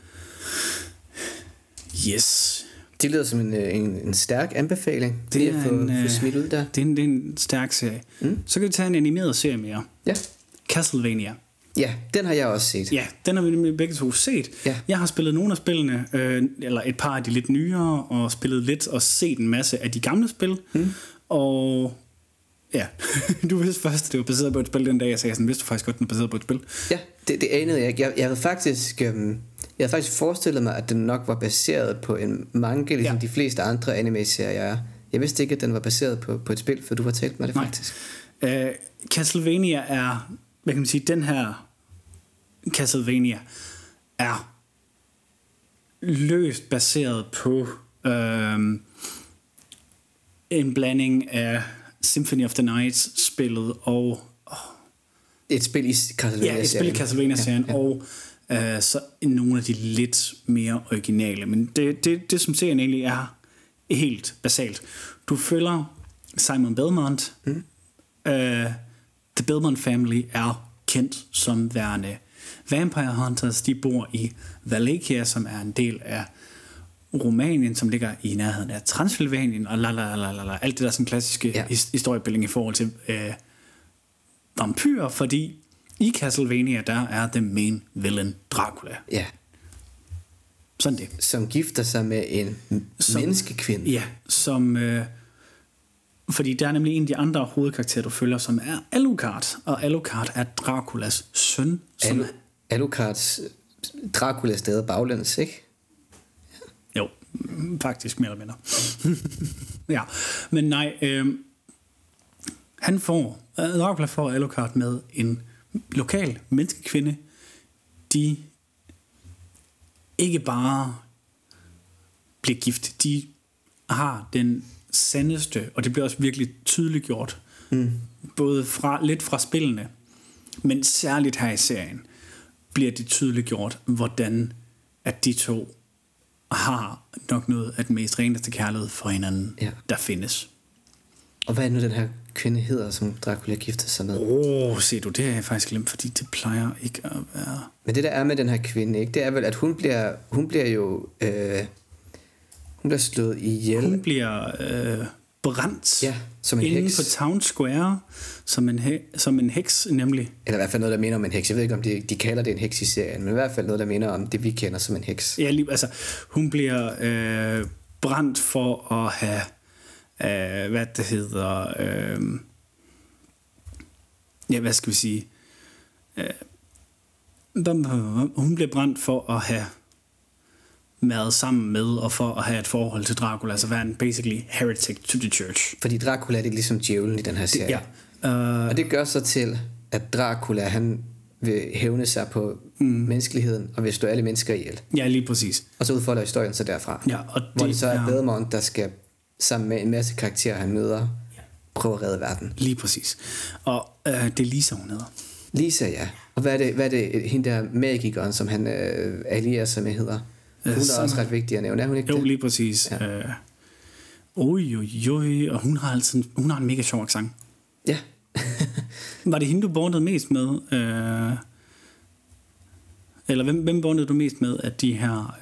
Yes. Det lyder som en stærk anbefaling. Det er få smidt ud der. Det er en stærk serie. Så kan vi tage en animeret serie mere. Ja. Castlevania. Ja, den har jeg også set. Ja, den har vi begge to set. Ja. Jeg har spillet nogle af spillene, eller et par af de lidt nyere, og spillet lidt og set en masse af de gamle spil. Og ja, du vidste først, at det var baseret på et spil den dag. Jeg sagde sådan, vidste du faktisk godt, at den var baseret på et spil? Ja, det anede jeg ikke. Jeg havde faktisk forestillet mig, at den nok var baseret på en manga, ligesom de fleste andre anime-serier. Jeg vidste ikke, at den var baseret på et spil, for du har talt med det faktisk. Castlevania er, hvad kan man sige, den her Castlevania er løst baseret på en blanding af Symphony of the Night spillet og et spil i Castlevania-serien. Ja, et spil i Castlevania-serien, og så nogle af de lidt mere originale. Men det som serien egentlig er helt basalt. Du følger Simon Belmont. The Belmont Family er kendt som værende Vampire Hunters. De bor i Wallachia, som er en del af Rumænien, som ligger i nærheden af Transylvanien, og alt det der sådan klassiske historiebildning i forhold til vampyrer, fordi i Castlevania, der er the main villain Dracula. Ja. Sådan det. Som gifter sig med en menneskekvinde. Ja, fordi der er nemlig en af de andre hovedkarakterer, du følger, som er Alucard, og Alucard er Draculas søn. Alucards Draculas stadig baglæns, ikke? Jo, faktisk mere eller mindre. Ja, men nej, Dracula får Alucard med en lokal menneskekvinde. De ikke bare bliver gift, de har den sandeste, og det bliver også virkelig tydeligt gjort, både lidt fra spillene, men særligt her i serien, bliver det tydeligt gjort, hvordan at de to har nok noget af den mest reneste kærlighed for hinanden, der findes. Og hvad er nu den her kvinde hedder, som Dracula gifter sig med? Se du, det har jeg faktisk glemt, fordi det plejer ikke at være... Men det der er med den her kvinde, ikke, det er vel, at hun bliver jo... hun bliver slået ihjel. Hun bliver brændt som en inde heks. på Town Square som en heks, nemlig. Eller i hvert fald noget, der minder om en heks. Jeg ved ikke, om de kalder det en heks i serien, men i hvert fald noget, der minder om det, vi kender som en heks. Ja, altså, hun bliver brændt for at have... hvad det hedder... hvad skal vi sige... hun bliver brændt for at have været sammen med, og for at have et forhold til Dracula, altså være en basically heretic to the church. Fordi Dracula er det ligesom djævlen i den her serie. Og det gør så til, at Dracula, han vil hævne sig på menneskeligheden, og vil slå alle mennesker ihjel. Ja, lige præcis. Og så udfolder historien så derfra. Ja, og hvor det så er Belmont, der skal sammen med en masse karakterer, han møder, prøve at redde verden. Lige præcis. Og det er Lisa, hun hedder. Lisa, ja. Og hvad er det hende der magikeren, som han allierer sig med, hedder? Hun er også ret vigtig at nævne, er hun ikke det? Jo, lige præcis. Ja. Og hun har en mega sjov accent. Ja. Var det hende, du bondede mest med? Eller hvem bondede du mest med af de her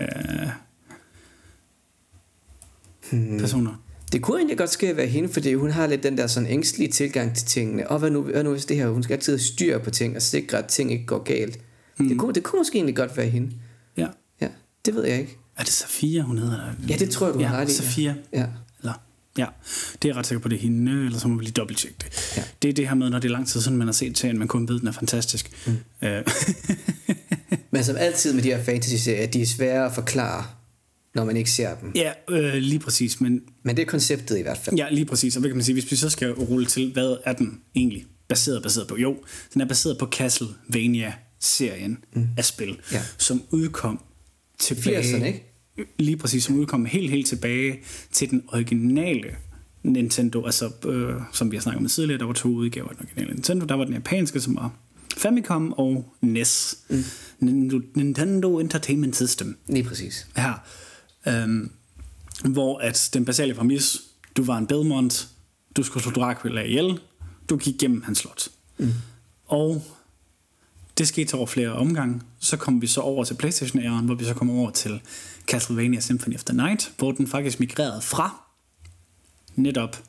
personer? Det kunne egentlig godt ske at være hende, fordi hun har lidt den der sådan ængstlige tilgang til tingene. Og hvad nu hvis det her, hun skal altid styre på ting og sikre, at ting ikke går galt. Det kunne måske egentlig godt være hende. Ja. Ja, det ved jeg ikke. Er det Safia, hun hedder? Ja, det tror jeg, du har ret i. Safia. Ja. Ja, det er jeg ret sikker på, det er hende, eller så må vi lige dobbelttjekke det. Ja. Det er det her med, når det er lang tid siden, man har set serien, man kun ved, den er fantastisk. Men som altid med de her fantasy-serier, de er svære at forklare, når man ikke ser dem. Ja, lige præcis. Men det er konceptet i hvert fald. Ja, lige præcis. Og hvad kan man sige, hvis vi så skal rulle til, hvad er den egentlig baseret på? Jo, den er baseret på Castlevania-serien af spil, som udkom tilbage... 80'erne, ikke? Lige præcis, som udkom helt tilbage til den originale Nintendo, altså som vi har snakket om tidligere, der var 2 udgaver af den originale Nintendo. Der var den japanske, som var Famicom, og NES, Nintendo Entertainment System. Lige præcis. Her, hvor at den basale præmis, du var en Belmont, du skulle slå Dracula ihjel, du gik gennem hans slot. Og det skete over flere omgange. Så kom vi så over til PlayStation-æren, hvor vi så kom over til Castlevania Symphony of the Night, hvor den faktisk migrerede fra netop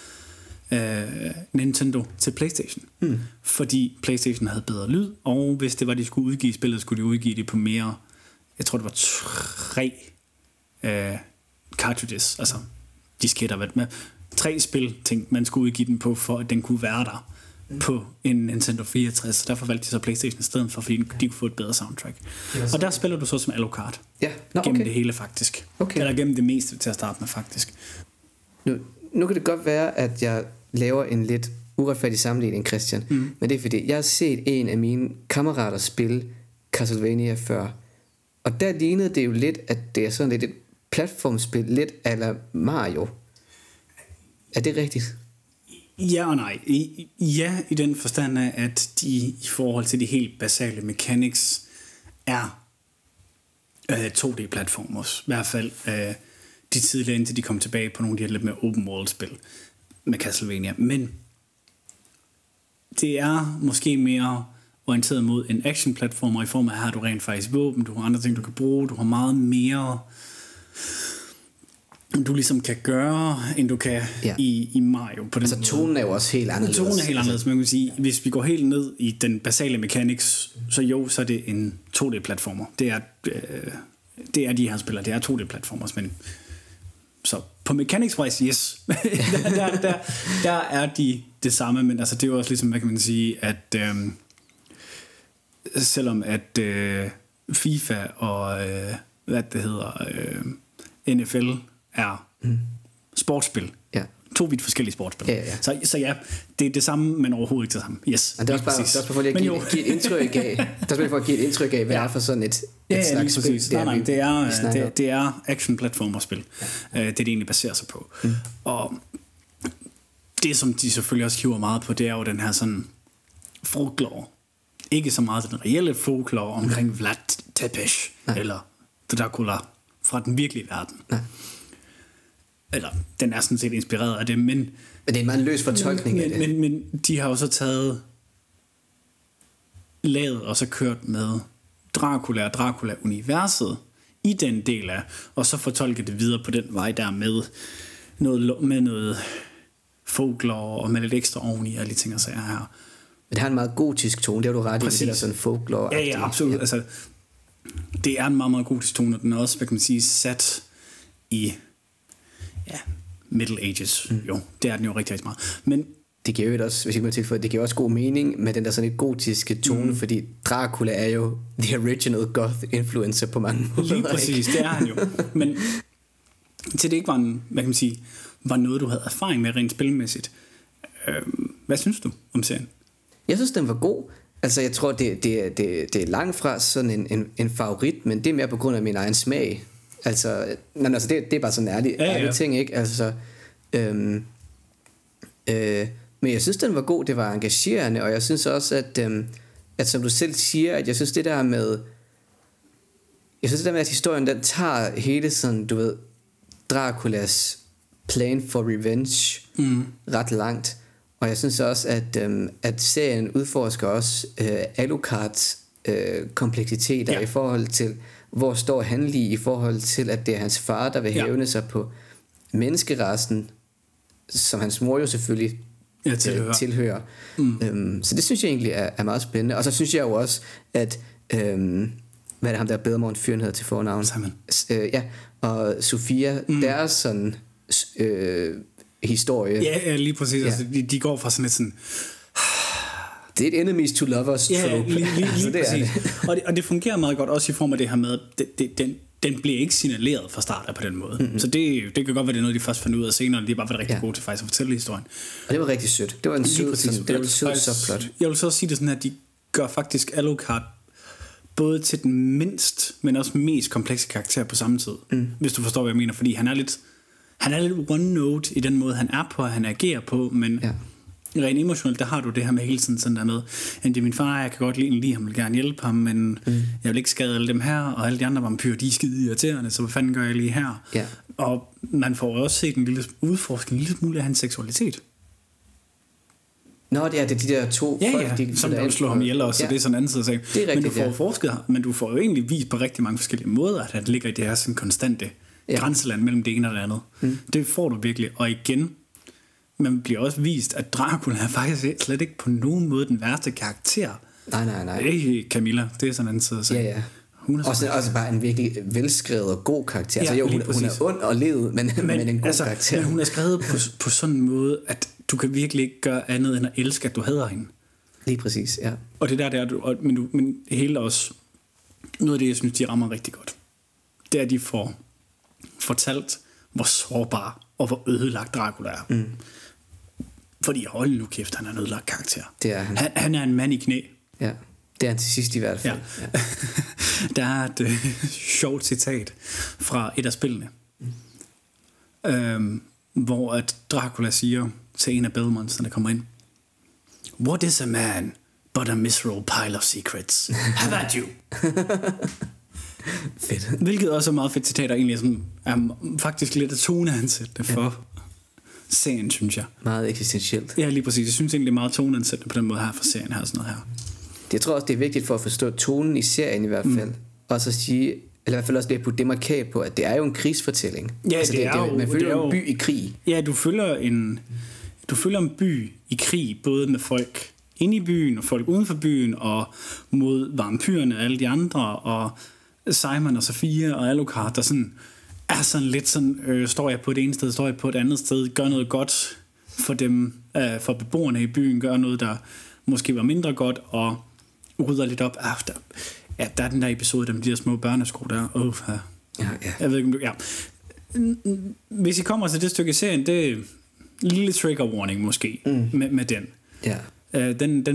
Nintendo til PlayStation. Fordi PlayStation havde bedre lyd, og hvis det var, de skulle udgive spillet, skulle de udgive det på mere, jeg tror det var 3 cartridges, altså disketter med 3 spil, tænkte man skulle udgive den på, for at den kunne være der på en Nintendo 64, så derfor valgte de så PlayStation i stedet for, fordi de kunne få et bedre soundtrack. Og der spiller du så som Alucard. Ja. Gennem det hele faktisk. Eller gennem det meste til at starte med faktisk. Nu kan det godt være, at jeg laver en lidt uretfærdig sammenligning, Christian. Men det er fordi, jeg har set en af mine kammerater spille Castlevania før. Og der lignede det jo lidt, at det er sådan lidt et platformspil, lidt a la Mario. Er det rigtigt? Ja og nej. Ja, i den forstand af, at de i forhold til de helt basale mechanics er 2D-platformers. I hvert fald de tidligere, indtil de kom tilbage på nogle af de her lidt mere open world-spil med Castlevania. Men det er måske mere orienteret mod en action-platformer i form af, her du rent faktisk våben, du har andre ting, du kan bruge, du har meget mere... du ligesom kan gøre, end du kan i Mario. På den måde. Tonen er jo også helt anderledes. Tonen er helt anderledes, men man kan sige, hvis vi går helt ned i den basale mechanics, så er det en 2D-platformer. Det er de her spillere, det er 2D-platformers, men så på mechanics-wise, yes. der er de det samme, men altså det er jo også ligesom, hvad kan man sige, at selvom at FIFA og hvad det hedder, NFL er sportsspil. 2 vidt forskellige sportsspil. Ja. Så ja, det er det samme, men overhovedet ikke det samme. Yes. Og det er også bare for at give et indtryk af, hvad det er for sådan et slags spil. Det er action-platformerspil. Det er det egentlig baserer sig på. Og det, som de selvfølgelig også hiver meget på, det er jo den her sådan folklore. Ikke så meget den reelle folklore omkring Vlad Tepes eller Dracula fra den virkelige verden. Eller den er sådan set inspireret af det, men det er en meget løs fortolkning af det. Men de har jo så taget lavet og så kørt med Dracula og Dracula-universet i den del af, og så fortolket det videre på den vej der med noget folklore og med lidt ekstra oveni og lidt ting og sager her. Men det har en meget gotisk tone, det har du ret i, det der sådan folklore. Ja, absolut. Ja. Altså, det er en meget, meget gotisk tone, og den er også, hvad kan man sige, sat i Middle Ages. Jo, det er den jo rigtig, rigtig meget. Men det giver jo også, hvis jeg kan tilføje, det giver også god mening med den der sådan lidt gotiske tone, fordi Dracula er jo the original goth influencer på mange måder. Lige præcis, det er han jo. Men til det ikke var en, hvad kan man sige, var noget, du havde erfaring med rent spilmæssigt. Hvad synes du om serien? Jeg synes, den var god. Altså, jeg tror, det er langt fra sådan en favorit, men det er mere på grund af min egen smag. Altså, men altså det er bare sådan en ærlig ting, ikke? Altså, men jeg synes, den var god, det var engagerende, og jeg synes også, at som du selv siger, at jeg synes det der med, at historien, den tager hele sådan, du ved, Draculas plan for revenge ret langt. Og jeg synes også, at serien udforsker også Alucards kompleksiteter, i forhold til, hvor står han lige i forhold til, at det er hans far, der vil hævne sig på menneskerassen, som hans mor jo selvfølgelig tilhører. Så det synes jeg egentlig er meget spændende. Og så synes jeg jo også, at hvad er det ham der Bedemorgen fyren hedder til fornavn? Simon. Og Sofia, deres sådan historie. Ja, lige præcis. Altså, de går fra sådan et sådan... Det er et enemies to lovers trope. Lige præcis. Og det fungerer meget godt også i form af det her med, den bliver ikke signaleret fra start af på den måde. Så det kan godt være, det er noget, de først fandt ud af senere, og de er bare været rigtig gode til faktisk at fortælle historien. Og det var rigtig sødt. Det var en sød subplot. Jeg vil så også sige det sådan her, at de gør faktisk Alucard både til den mindst, men også mest komplekse karakter på samme tid. Hvis du forstår, hvad jeg mener. Fordi han er lidt one note i den måde, han er på, og han agerer på, men rent emotionelt, der har du det her med hele tiden sådan der med, at det er min far, jeg kan godt lide ham, vil gerne hjælpe ham, men jeg vil ikke skade alle dem her, og alle de andre vampyrer, de er skide irriterende, så hvad fanden gør jeg lige her? Og man får også set en lille lille smule af hans seksualitet. Nå, det er de der to folk, som der slår ham ihjel også, så det er sådan en anden side af sagen. Det er rigtigt, men du får forsket, men du får jo egentlig vist på rigtig mange forskellige måder, at det ligger i det her sådan konstante grænseland mellem det ene og det andet. Det får du virkelig, og igen, man bliver også vist, at Dracula er faktisk slet ikke på nogen måde den værste karakter. Nej. Det er Camilla, det er sådan en anden side af sagen. Ja. Også bare en virkelig velskrevet og god karakter. Altså, jo, hun er ond og led, men en god karakter. Men hun er skrevet på sådan en måde, at du kan virkelig ikke gøre andet end at elske, at du hader hende. Lige præcis, ja. Og det der, det er, men hele også, noget af det, jeg synes, de rammer rigtig godt, det er, at de får fortalt, hvor sårbar og hvor ødelagt Dracula er. Fordi hold nu kæft, han er en ødelagt karakter. Det er han. Han er en mand i knæ. Ja, det er han til sidst i hvert fald. Ja. Der er et sjovt citat fra et af spillene, hvor at Dracula siger til en af Belmonts, der kommer ind, "What is a man but a miserable pile of secrets? Have at you." Fedt. Hvilket også er meget fedt citat, og egentlig sådan, er faktisk lidt af toneansættende for serien, synes jeg. Meget eksistentielt. Ja, lige præcis. Jeg synes egentlig, det er meget toneansættende på den måde her for serien her, sådan noget her. Jeg tror også, det er vigtigt for at forstå tonen i serien i hvert fald. Og så sige, eller i hvert fald også det på demarkere på, at det er jo en krigsfortælling. Ja, altså, det er jo, man følger jo en by i krig. Ja, du følger en by i krig, både med folk inde i byen og folk uden for byen, og mod vampyrerne og alle de andre, og Simon og Sofia og Alucard, der sådan er sådan lidt sådan, står jeg på det ene sted, står jeg på et andet sted, gør noget godt for dem, for beboerne i byen, gør noget, der måske var mindre godt, og rydder lidt op. Der er den der episode, der med de der små børnesko der. Jeg ved ikke, om du... Ja. Hvis I kommer til det stykke i serien, det er en lille trigger warning måske, med den. Ja.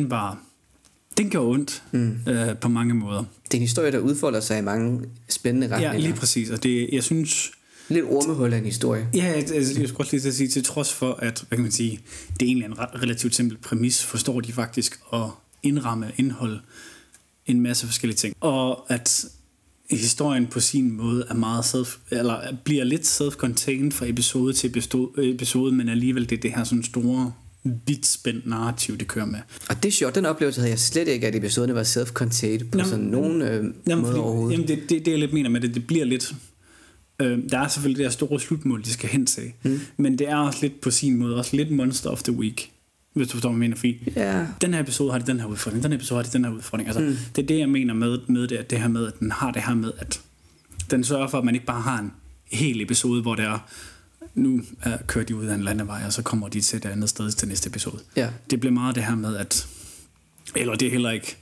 Den gør ondt på mange måder. Det er en historie, der udfolder sig i mange spændende retninger. Ja, lige præcis. Og det, jeg synes... Lidt ormehul af en historie. Ja, jeg skulle også lige sige, til trods for, at hvad kan man sige, det er egentlig en relativt simpel præmis, forstår de faktisk at indramme indhold en masse forskellige ting. Og at historien på sin måde er meget bliver lidt self-contained fra episode til episode, men alligevel det her sådan store vidt spændt narrativ, det kører med. Og det er sjovt, den oplevelse havde jeg slet ikke, at episoderne var self-contained på sådan nogen måde overhovedet. Jamen det jeg lidt mener med det bliver lidt... der er selvfølgelig det her store slutmål, de skal hen til. Men det er også lidt på sin måde, også lidt monster of the week, hvis du forstår, hvad jeg mener. Fordi den her episode har det den her udfordring, den her episode har det den her udfordring. Altså, det er det, jeg mener med det, at det her med, at den har det her med, at den sørger for, at man ikke bare har en hel episode, hvor det er, nu kører de ud af en landevej, og så kommer de til det andet sted til næste episode. Det bliver meget det her med, at... Eller det er heller ikke...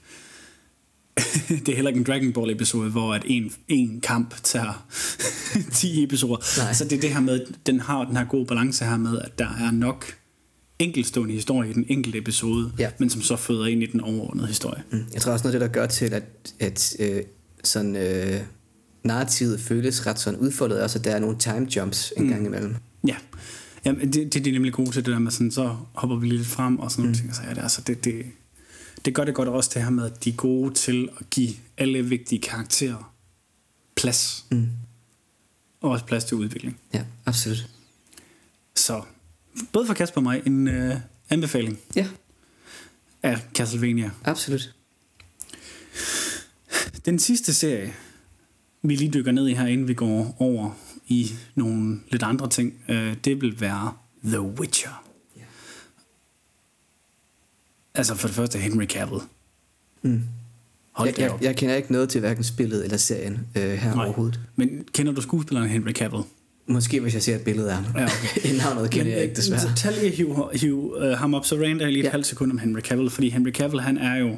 det er heller ikke en Dragon Ball episode, hvor at en kamp tager 10 episoder. Nej. Så det er det her med, at den har den her gode balance her med, at der er nok enkeltstående historie i den enkelte episode, men som så føder ind i den overordnede historie. Jeg tror også noget af det, der gør til, at sådan narrativet føles ret sådan udfoldet, også at der er nogle time jumps en gang imellem. Ja. Jamen, det er nemlig gode til det der med sådan, så hopper vi lidt frem og sådan nogle ting. Så altså, det gør det godt også det her med, at de er gode til at give alle vigtige karakterer plads. Og også plads til udvikling. Ja, absolut. Så både for Kasper og mig en anbefaling af Castlevania. Absolut. Den sidste serie, vi lige dykker ned i her, inden vi går over i nogle lidt andre ting, det vil være The Witcher. Yeah. Altså for det første Henry Cavill. Jeg kender ikke noget til hverken spillet eller serien her overhovedet. Men kender du skuespilleren Henry Cavill? Måske hvis jeg ser et billede af ham. Ja, okay. Navnet kender jeg ikke desværre. Så tag lige hiv ham op, så rander jeg lige et halvt sekund om Henry Cavill, fordi Henry Cavill, han er jo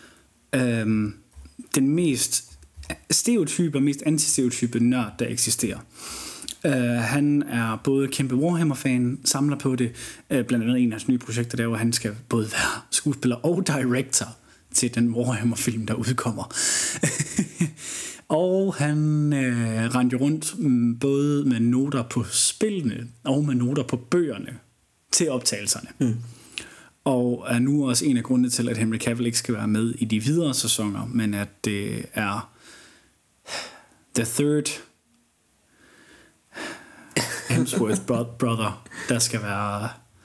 den mest stereotype og mest antistereotype nørd, der eksisterer. Han er både kæmpe Warhammer-fan, samler på det, blandt andet en af hans nye projekter der, hvor han skal både være skuespiller og director til den Warhammer-film, der udkommer. Og han rendte rundt både med noter på spillene og med noter på bøgerne til optagelserne. Og er nu også en af grundene til, at Henry Cavill ikke skal være med i de videre sæsoner, men at det er the third Hemsworth brother, der skal være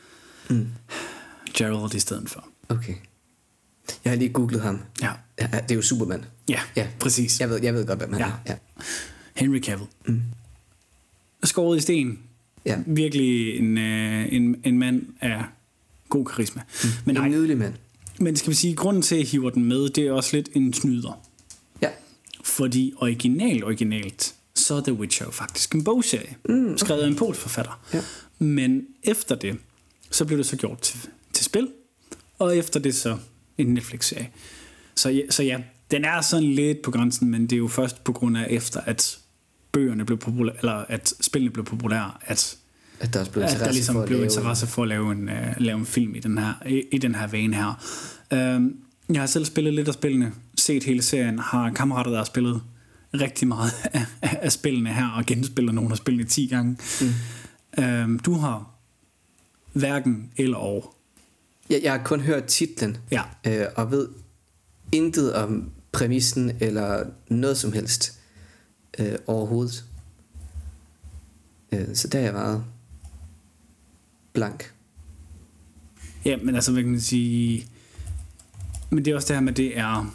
Geralt i stedet for. Okay. Jeg har lige googlet ham. Ja. Det er jo Superman. Ja, præcis. Jeg ved godt, hvad man er. Ja. Henry Cavill. Skåret i sten. Ja. Virkelig en mand af god karisma. Men en nydelig mand. Men skal vi sige, grunden til, at jeg hiver den med, det er også lidt en snyder. Ja. Fordi originalt, så er The Witcher faktisk en bogserie, skrevet af en polsk forfatter. Ja. Men efter det, så blev det så gjort til spil, og efter det så en Netflix-serie. Så ja, den er sådan lidt på grænsen, men det er jo først på grund af efter, at bøgerne blev populære, eller at spillene blev populære, at der også blev interesse, der ligesom for, blev interesse for at lave en film i den her vane her. Jeg har selv spillet lidt af spillene, set hele serien, har kammerater, der har spillet rigtig meget af spillene her, og genspiller nogle af spillene 10 gange. Du har hverken eller og. Jeg har kun hørt titlen, og ved intet om præmissen eller noget som helst overhovedet. Så der er jeg meget blank. Ja, men altså, hvad kan man sige? Men det er også det her med, det er...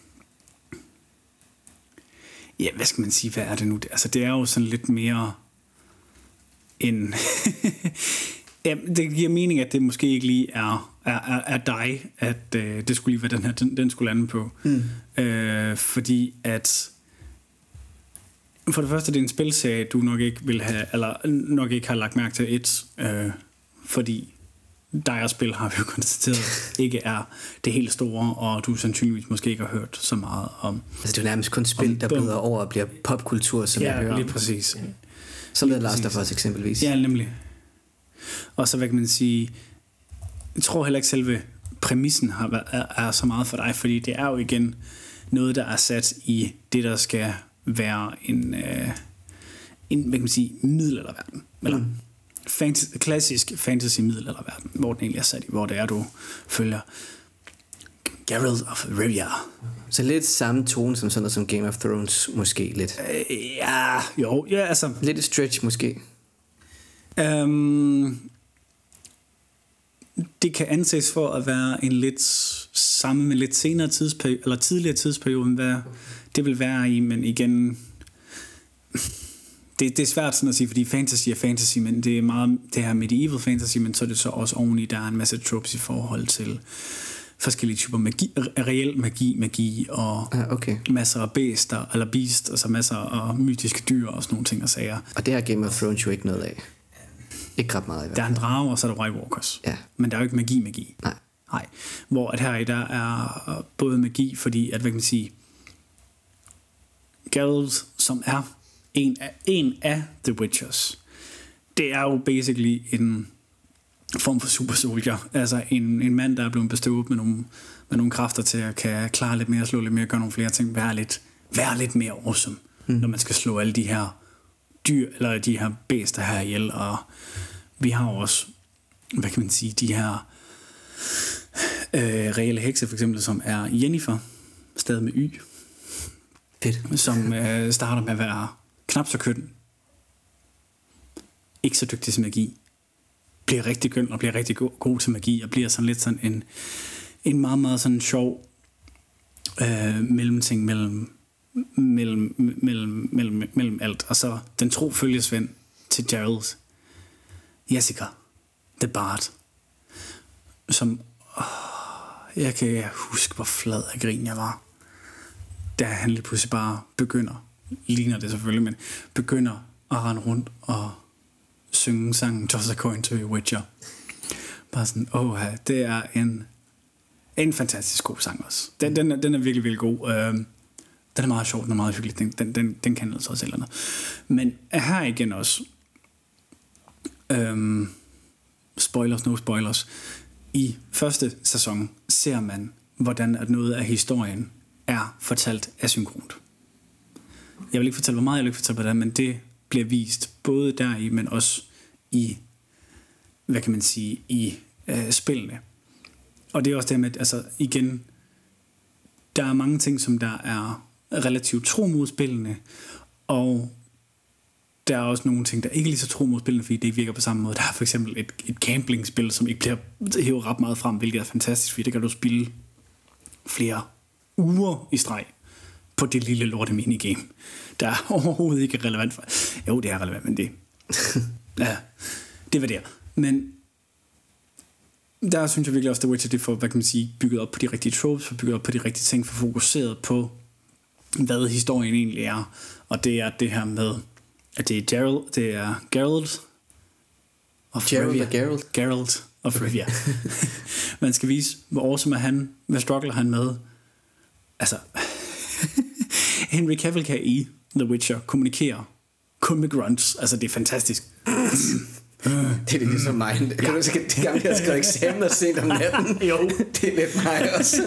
Ja, hvad skal man sige? Hvad er det nu? Altså, det er jo sådan lidt mere en... Ja, det giver mening, at det måske ikke lige er dig, at det skulle lige være den skulle lande på. Fordi at for det første, det er en spilserie, du nok ikke vil have, eller nok ikke har lagt mærke til fordi dig og spil har vi jo konstateret ikke er det helt store, og du sandsynligvis måske ikke har hørt så meget om. Altså det er nærmest kun spil, der bløder over og bliver popkultur, som jeg hører. Ja, lige præcis. Som det Last of Us eksempelvis. Ja, nemlig. Og så hvad kan man sige, jeg tror heller ikke selve præmissen er så meget for dig, fordi det er jo igen noget, der er sat i det, der skal være en hvad kan man sige, middelalderverden, eller klassisk fantasy middelalderverden, hvor den egentlig er sat i, hvor det er, du følger Geralt of Rivia. Så lidt samme tone som sådan noget som Game of Thrones, måske lidt. Altså lidt stretch måske. Det kan anses for at være en lidt samme med lidt senere tidsperiode, eller tidligere tidsperiode, end hvad det vil være i, men igen, det er svært sådan at sige, fordi fantasy er fantasy, men det er meget det her medieval fantasy, men så er det så også oveni, der er en masse tropes i forhold til forskellige typer magi, reel magi og masser af beast, og så masser af mytiske dyr og sådan nogle ting og sager. Og det har Game of Thrones jo ikke noget af. Ikke ret meget i hvert fald. Der er en drage, og så er der White Walkers. Ja. Men der er jo ikke magi. Nej. Hvor at her i der er både magi, fordi at, hvad kan man sige, Geralt, som er en af The Witchers, det er jo basically en form for super soldier. Altså en mand, der er blevet bestået med nogle kræfter til at kan klare lidt mere, slå lidt mere, gøre nogle flere ting, være lidt mere awesome, når man skal slå alle de her dyr, eller de her bæster her ihjel. Og vi har også, hvad kan man sige, de her reelle hekse, for eksempel, som er Yennefer, stadig med Y. Fedt. Som starter med at være knap så køn, ikke så dygtig til magi, bliver rigtig køn og bliver rigtig god til magi, og bliver sådan lidt sådan en meget, meget sådan sjov mellemting mellem mellem alt. Og så den tro følgesvend til Geralt, Jessica, The Bard, som jeg kan huske, hvor flad af grin jeg var, da han lige pludselig bare begynder, ligner det selvfølgelig, men begynder at rende rundt og synge sangen Toss a Coin to Witcher. Bare sådan, det er en fantastisk god sang også. Den er virkelig, virkelig god. Den er meget sjov, den er meget hyggelig. Den kan altså også eller andet. Men her igen også, spoilers, no spoilers, i første sæson ser man, hvordan at noget af historien er fortalt asynkront. Jeg vil ikke fortælle, hvor meget, jeg vil ikke fortælle, hvordan, men det bliver vist både deri, men også i, hvad kan man sige, i spillene. Og det er også det med, altså igen, der er mange ting, som der er relativt tro mod spillene, og der er også nogle ting, der ikke er lige så tro mod spillene, fordi det ikke virker på samme måde. Der er for eksempel et gambling-spil, som ikke bliver hævet ret meget frem, hvilket er fantastisk, fordi det kan du spille flere uger i streg på det lille lorte minigame, der er overhovedet ikke relevant for. Jo, det er relevant, men det ja, det var der. Men der synes jeg virkelig også, at The Witcher, det får, hvad kan man sige, bygget op på de rigtige tropes, for bygget op på de rigtige ting, for fokuseret på, hvad historien egentlig er. Og det er det her med, at det er Geralt of Rivia. Geralt of Rivia. Man skal vise, hvor awesome er han, hvad struggler han med. Altså, Henry Cavill kan i The Witcher kommunikere kun med grunts. Altså, det er fantastisk. Det er ligesom mig. Kan du huske, det gang, jeg skrev eksamener sent om natten? Jo. Det er lidt mig også.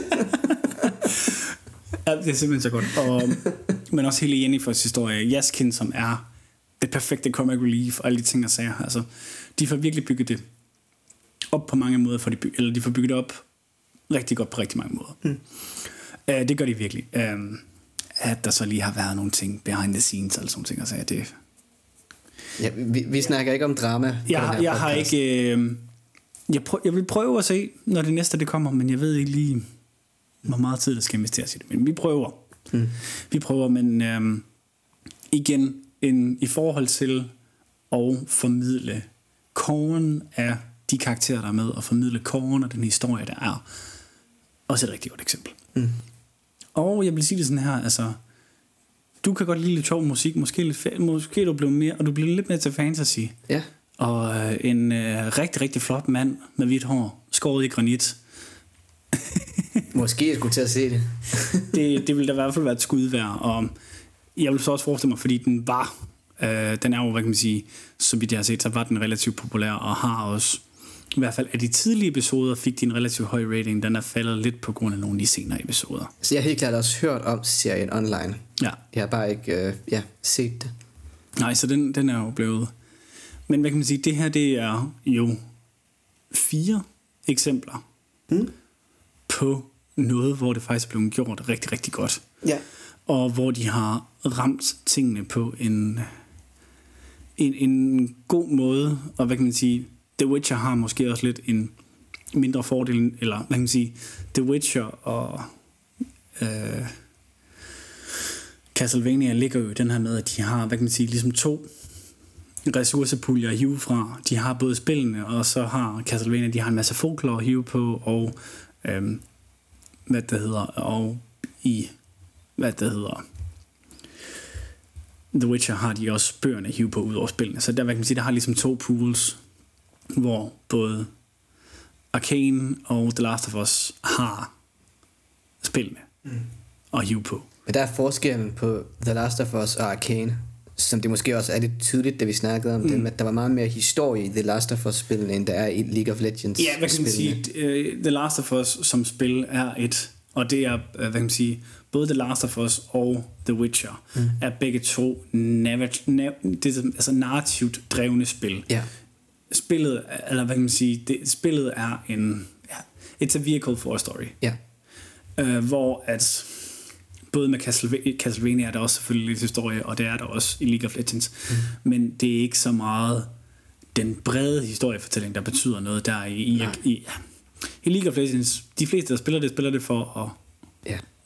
Ja, det er simpelthen så godt. Men også hele Jennifers historie. Jaskin, som er det perfekte comic relief, og alle de ting, jeg sagde. Altså, de får virkelig bygget det op på mange måder, eller de får bygget det op rigtig godt på rigtig mange måder. Det gør de virkelig. At der så lige har været nogle ting behind the scenes, eller sådan ting, og sagde det. Ja, vi snakker ikke om drama. Jeg har ikke. Jeg vil prøve at se, når det næste det kommer, men jeg ved ikke lige, hvor meget tid der skal investeres i det. Men vi prøver. Vi prøver, men igen, i forhold til at formidle koren af de karakterer, der er med, og formidle koren af den historie, der er, også et rigtig godt eksempel. Og jeg vil sige det sådan her, altså, du kan godt lide lidt sjov musik, måske du bliver mere, og du bliver lidt mere til fantasy. Ja. Og en rigtig, rigtig flot mand med hvidt hår, skåret i granit. Måske jeg skulle til at se det. Det ville da i hvert fald være et skud værd, og jeg vil så også forestille mig, fordi den er jo, hvad kan man sige, så vidt jeg har set, så var den relativt populær, og har også, i hvert fald af de tidlige episoder, fik de en relativt høj rating. Den er faldet lidt på grund af nogle af de senere episoder. Så jeg har helt klart også hørt om serien online. Ja. Jeg har bare ikke set det. Nej, så den er jo blevet. Men hvad kan man sige, det her, det er jo 4 eksempler på noget, hvor det faktisk er blevet gjort rigtig, rigtig godt. Ja. Og hvor de har ramt tingene på en god måde. Og hvad kan man sige, The Witcher har måske også lidt en mindre fordel, eller hvad kan man sige, The Witcher og Castlevania ligger jo i den her med, at de har, hvad kan man sige, ligesom 2 ressourcepuljer at hive fra. De har både spillene, og så har Castlevania, de har en masse folklore at hive på, og The Witcher har de også bøgerne at hive på ud over spillene. Så der, hvad kan man sige, der har ligesom 2 pools, hvor både Arcane og The Last of Us har spillene at hive på. Men der er forskellen på The Last of Us og Arcane, som det måske også er lidt tydeligt, da vi snakkede om det, at der var meget mere historie i The Last of Us-spillene, end der er i League of Legends. Ja, hvad kan man sige, The Last of Us som spil er og det er, hvad kan man sige, både The Last of Us og The Witcher er begge to altså narrativt drevne spil. Ja. Spillet, eller hvad kan man sige, spillet er it's a vehicle for a story. Ja. Hvor at både med Castlevania er der også selvfølgelig lidt historie, og det er der også i League of Legends, men det er ikke så meget den brede historiefortælling, der betyder noget der i League of Legends. De fleste, der spiller det for at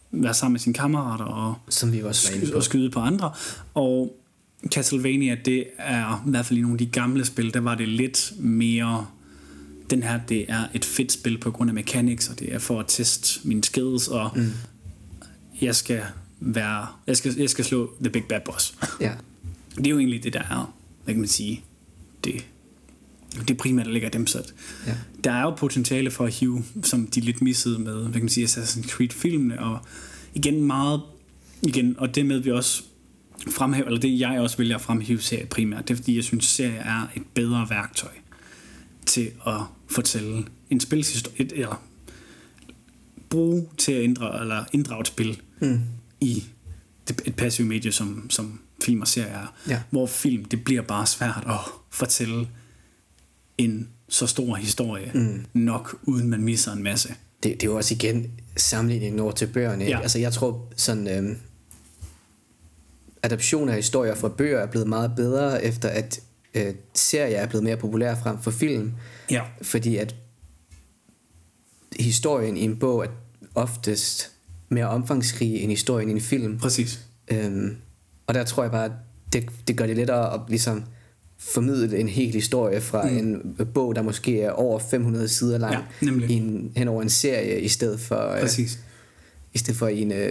være sammen med sine kammerater og, som vi også var inde på. Og skyde på andre. Og Castlevania, det er i hvert fald i nogle af de gamle spil, der var det lidt mere, den her, det er et fedt spil på grund af mechanics, og det er for at teste mine skills, og jeg skal slå the big bad boss. Ja. Det er jo egentlig det, der er, hvad kan man sige, det primært, der ligger dem sat. Ja. Der er jo potentiale for at hive, som de lidt missede med, hvad kan man sige, Assassin's Creed-filmene, og igen, og det med vi også fremhæver, eller det jeg også vælger at fremhæve serie primært, det er fordi jeg synes serie er et bedre værktøj til at fortælle en spilhistorie, eller bruge til at inddrage et spil i et passivt medie som film og serie er. Ja. Hvor film, det bliver bare svært at fortælle en så stor historie nok, uden man misser en masse. Det er jo også igen sammenligningen over til bøgerne. Ja. Altså jeg tror sådan adaption af historier fra bøger er blevet meget bedre, efter at serier er blevet mere populære frem for film. Ja. Fordi at historien i en bog er oftest mere omfangsrig end historien i en film. Præcis. Og der tror jeg bare, at det gør det lettere at ligesom formidle en hel historie fra en bog, der måske er over 500 sider lang, hen over en serie, i stedet for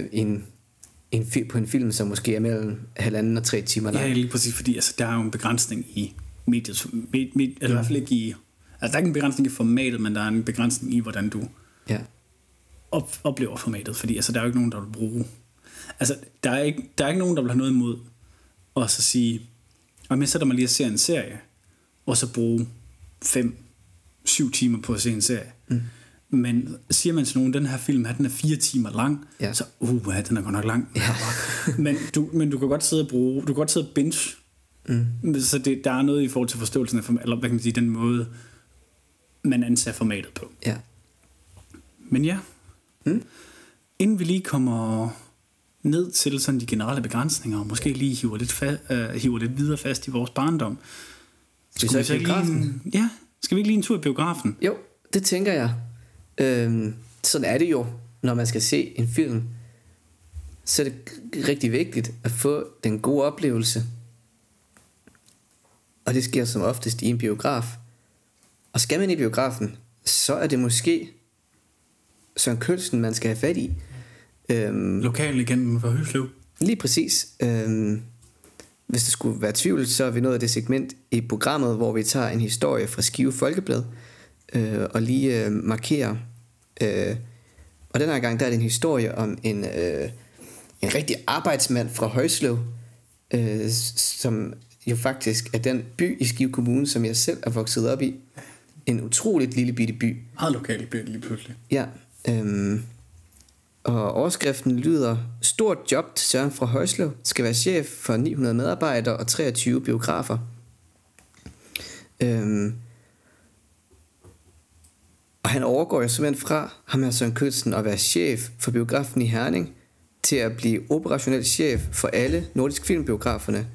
på en film, som måske er mellem 1,5 og 3 timer lang. Ja, lige præcis, fordi altså, der er jo en begrænsning i mediet, eller i hvert fald ikke i, altså der er ikke en begrænsning i formatet, men der er en begrænsning i, hvordan du oplever formatet, fordi altså, der er jo ikke nogen, der vil bruge, altså der er ikke nogen, der vil have noget imod at så sige, og jeg sætter mig lige at se en serie, og så bruge 5-7 timer på at se en serie. Men siger man til nogen, den her film, den er 4 timer lang, så den er godt nok lang. Ja. men du kan godt sidde og binge. Så der er noget i forhold til forståelsen af, eller hvad kan man sige, den måde, man anser formatet på. Ja. Men ja, inden vi lige kommer ned til sådan de generelle begrænsninger, og måske lige hiver lidt videre fast i vores barndom. Skal vi så i biografen? Skal vi ikke lige en tur i biografen? Jo, det tænker jeg. Sådan er det jo, når man skal se en film. Så er det rigtig vigtigt at få den gode oplevelse. Og det sker som oftest i en biograf. Og skal man i biografen, så er det måske Søren Kølsen, man skal have fat i. Lokallegenden fra Høslev. Lige præcis. Hvis der skulle være tvivl, så er vi nået af det segment i programmet, hvor vi tager en historie fra Skive Folkeblad og lige markerer. Og den her gang der er det en historie om en rigtig arbejdsmand fra Højslev, som jo faktisk er den by i Skive Kommune, som jeg selv er vokset op i. En utroligt lille bitte by. Meget lokal by lige pludselig. Ja. Og overskriften lyder: stort job til Søren fra Højslev, skal være chef for 900 medarbejdere og 23 biografer. Og han overgår jo simpelthen fra ham her Søren Kølsen at være chef for biografen i Herning til at blive operationel chef for alle Nordisk Filmbiograferne.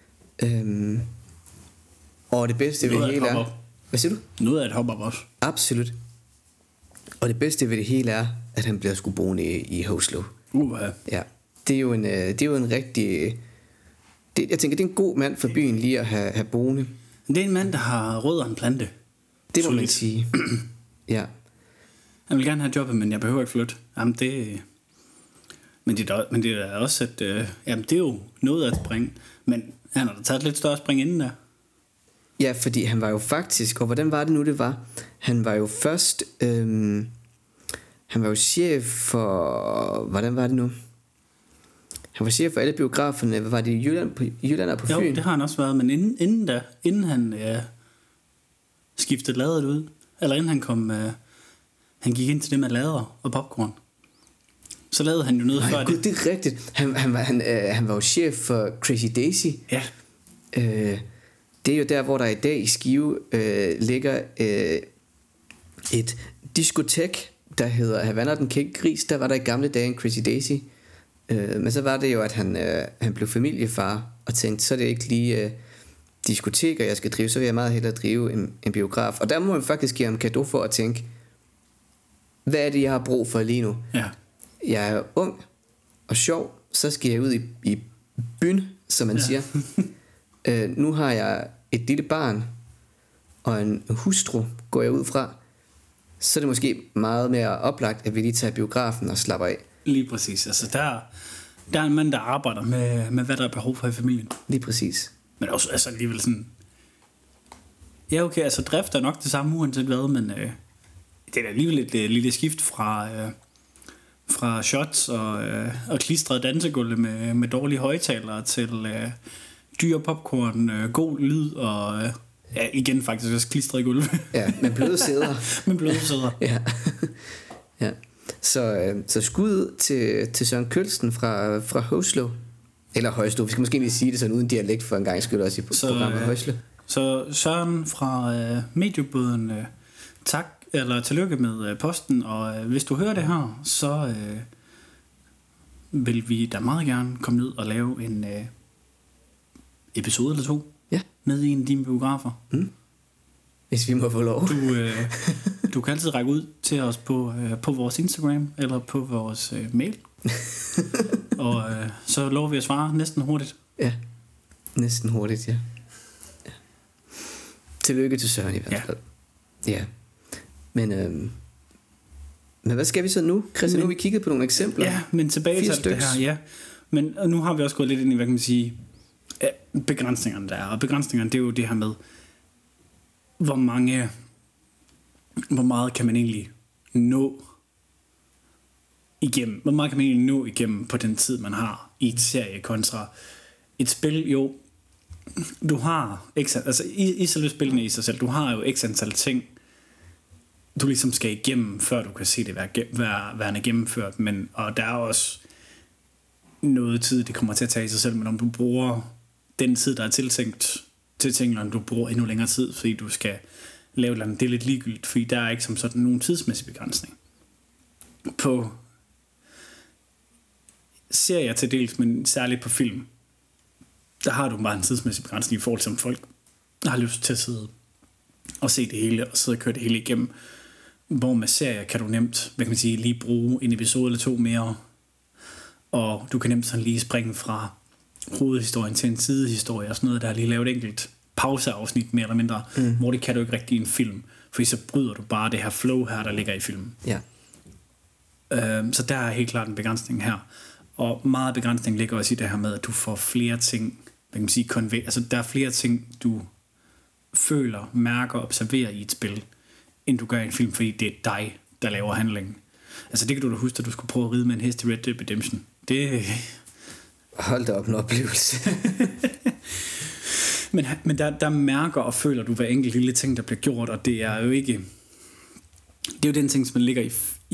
Og det bedste ved det hele er... Hvad siger du? Noget af et hop op også. Absolut. Og det bedste ved det hele er, at han bliver sgu boende i Højslev. Ja. Det er jo en rigtig... jeg tænker, det er en god mand for byen lige at have boende. Det er en mand, der har rødder en plante. Det må man sige. Ja. Han vil gerne have jobbet, men jeg behøver ikke flytte. Jamen men det er også at det er jo noget at springe. Men han har da taget et lidt større spring inden der. Ja, fordi han var jo faktisk, og hvordan var det nu det var? Han var jo først han var jo chef for, hvordan var det nu? Han var chef for alle biograferne. Hvad var det, i Jylland og på Fyn? Jo, det har han også været, men inden han skiftede ladet ud, eller inden han kom, han gik ind til det med lader og popcorn, så lavede han jo noget før det. Det er rigtigt. Han var jo chef for Crazy Daisy. Ja. Det er jo der, hvor der i dag i Skive ligger et diskotek, der hedder Havana den Kække Gris. Der var der i gamle dage en Crazy Daisy. Men så var det jo, at han blev familiefar og tænkte, så er det ikke lige diskoteker, jeg skal drive, så vil jeg meget hellere drive en biograf. Og der må man faktisk give ham cadeau for at tænke, hvad er det, jeg har brug for lige nu? Ja. Jeg er ung, og sjov, så skal jeg ud i byen, som man siger. Nu har jeg et lille barn og en hustru, går jeg ud fra. Så er det måske meget mere oplagt, at vi lige tager biografen og slapper af. Lige præcis. Altså der er en mand, der arbejder med hvad der er behov for i familien. Lige præcis. Men også altså alligevel sådan... Ja, okay, altså drift er nok det samme uanset hvad, men det er alligevel et lille skift fra shots og klistrede dansegulve med dårlige højtalere til dyre popcorn, god lyd og ja, igen faktisk også klistrede gulve. Ja, med bløde sæder. Med bløde sæder. Ja. Ja. Så skud til Søren Kølsten fra Højslev. Eller Højslev, vi skal måske lige sige det sådan uden dialekt for en gang skyld også i programmet Højslev. Så Søren fra mediebåden, tak, eller tillykke med posten, og hvis du hører det her, så vil vi da meget gerne komme ned og lave en episode eller 2 ned i en af dine biografer. Hvis vi må få lov. Du kan altid række ud til os på vores Instagram eller på vores mail. Og så lover vi at svare næsten hurtigt. Ja, næsten hurtigt, ja. Tillykke til Søren i hvert fald. Ja. Men hvad skal vi så nu? Christian, nu har vi kigget på nogle eksempler. Ja, men tilbage til det her, ja. Men nu har vi også gået lidt ind i, hvad kan man sige, begrænsningerne der er. Og begrænsningerne, det er jo det her med, hvor meget kan man egentlig nå igennem. Hvor meget kan man egentlig nå igennem på den tid, man har i et serie kontra et spil. Jo, du har altså i selve spillene i sig selv, du har jo x antal ting, du ligesom skal igennem, før du kan se det være gennemført. Og der er også noget tid, det kommer til at tage i sig selv, men om du bruger den tid, der er tiltænkt til ting, eller om du bruger endnu længere tid, fordi du skal lave noget, det er lidt ligegyldigt, fordi der er ikke som sådan nogen tidsmæssig begrænsning. På serier til dels, men særligt på film, der har du bare en tidsmæssig begrænsning i forhold til, om folk har lyst til at sidde og se det hele, og sidde og køre det hele igennem. Hvor med serier kan du nemt, hvad kan man sige, lige bruge en episode eller 2 mere, og du kan nemt sådan lige springe fra hovedhistorien til en sidehistorie og sådan noget, der er lige lavet et enkelt pauseafsnit mere eller mindre, hvor det kan du ikke rigtig i en film, fordi så bryder du bare det her flow her, der ligger i filmen. Ja. Så der er helt klart en begrænsning her. Og meget begrænsning ligger også i det her med, at du får flere ting, hvad kan man sige, altså der er flere ting, du føler, mærker og observerer i et spil, end du gør i en film, fordi det er dig, der laver handlingen. Altså det kan du da huske, at du skulle prøve at ride med en hest i Red Dead Redemption. Det... Hold da op en oplevelse. men der mærker og føler du hver enkelt lille ting, der bliver gjort, og det er jo ikke... Det er jo den ting, som man ligger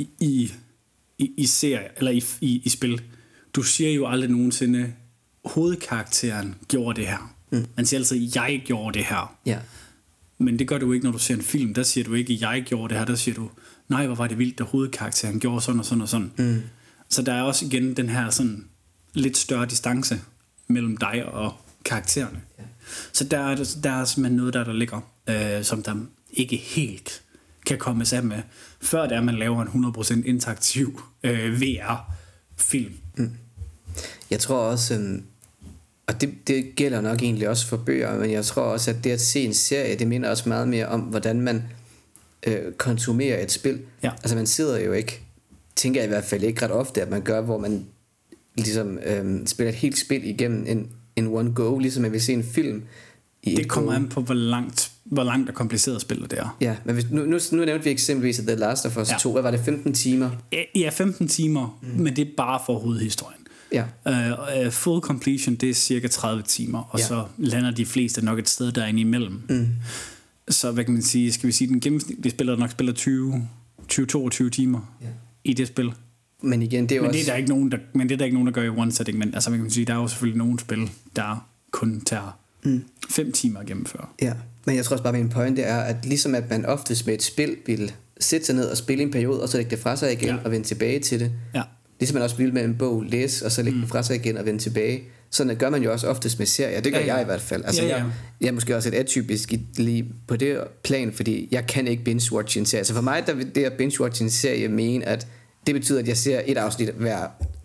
i serie, eller i spil. Du siger jo aldrig nogensinde, hovedkarakteren gjorde det her. Man siger altid, jeg gjorde det her. Ja. Men det gør du ikke, når du ser en film. Der siger du ikke, jeg gjorde det her. Der siger du, nej, hvor var det vildt, at hovedkarakteren gjorde sådan og sådan og sådan. Så der er også igen den her sådan lidt større distance mellem dig og karaktererne. Ja. Så der er simpelthen noget, der ligger, som der ikke helt kan komme af med, før det er, man laver en 100% interaktiv VR-film. Jeg tror også, og det gælder nok egentlig også for bøger, men jeg tror også, at det at se en serie, det minder også meget mere om, hvordan man konsumerer et spil. Ja. Altså man sidder jo ikke, tænker jeg i hvert fald ikke ret ofte, at man gør, hvor man ligesom spiller et helt spil igennem en one go, ligesom man vil se en film. Det kommer an på, hvor langt og kompliceret spillet det er. Ja, men hvis, nu nævnte vi eksempelvis The Last of Us 2, hvad var det, 15 timer? Ja, 15 timer, men det er bare for hovedhistorien. Ja. Full completion, det er cirka 30 timer, og så lander de fleste nok et sted derinde imellem. Så hvad kan man sige, skal vi sige, den gennemsnitlige spiller nok spiller 20-22 timer i det spil. Men igen, det er også... det er der ikke nogen, der gør i one setting, men altså, man kan sige, der er jo selvfølgelig nogle spil, der kun tager 5 timer at gennemføre. Ja, men jeg tror også bare, min pointe er, at ligesom at man oftest med et spil vil sætte sig ned og spille en periode, og så lægge det fra sig igen og vende tilbage til det. Ja. Ligesom man også vil med en bog, læse, og så lægge det fra sig igen og vende tilbage. Sådan gør man jo også oftest med serier. Det gør jeg i hvert fald. Altså, jeg er måske også et atypisk lige på det plan, fordi jeg kan ikke binge-watch en serie. Så for mig, der vil det at binge-watch en serie mene, at det betyder, at jeg ser et afsnit hver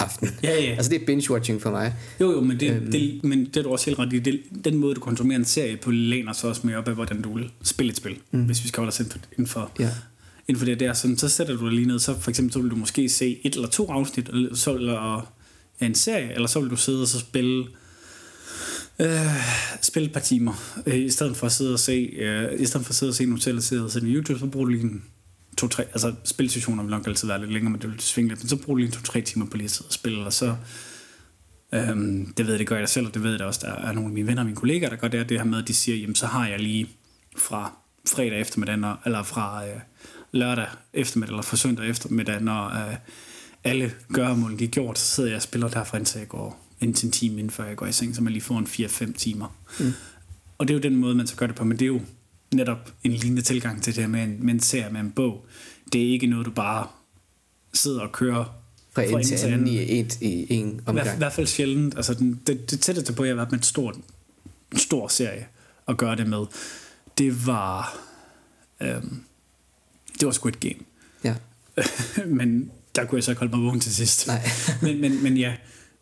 aften. Ja. Altså det er binge-watching for mig. Jo, men det er du også helt ret i. Den måde, du konsumerer en serie på, læner så også mere op af, hvordan du vil spille et spil. Hvis vi skal holde os inden for det der. Så sætter du dig lige ned, så for eksempel så vil du måske se 1 eller 2 afsnit af en serie, eller så vil du sidde og så spille et par timer, i stedet for at sidde og se nogle serier på YouTube, så bruger du lige 2-3, altså spilsessioner vil nok altid være lidt længere, men det vil svinge lidt, men så bruger du lige 2-3 timer på lige at sidde og spille, og så det ved jeg, det gør jeg selv, og det ved jeg da også, der er nogle af mine venner og mine kollegaer, der gør det her med, at de siger, jamen så har jeg lige fra fredag eftermiddag, eller fra lørdag eftermiddag, eller fra søndag eftermiddag, når alle gøremål de er gjort, så sidder jeg og spiller derfra indtil jeg går indtil en time inden før jeg går i seng, så man lige får en 4-5 timer. Og det er jo den måde, man så gør det på, men det er jo netop en lignende tilgang til det her med en serie, med en bog. Det er ikke noget, du bare sidder og kører fra en til anden i en omgang. I hvert fald sjældent. Altså det tætteste på, at jeg har været med en stor serie at gøre det med, det var Squid Game. Ja. Men der kunne jeg så ikke holde mig vågen til sidst. Nej. men ja,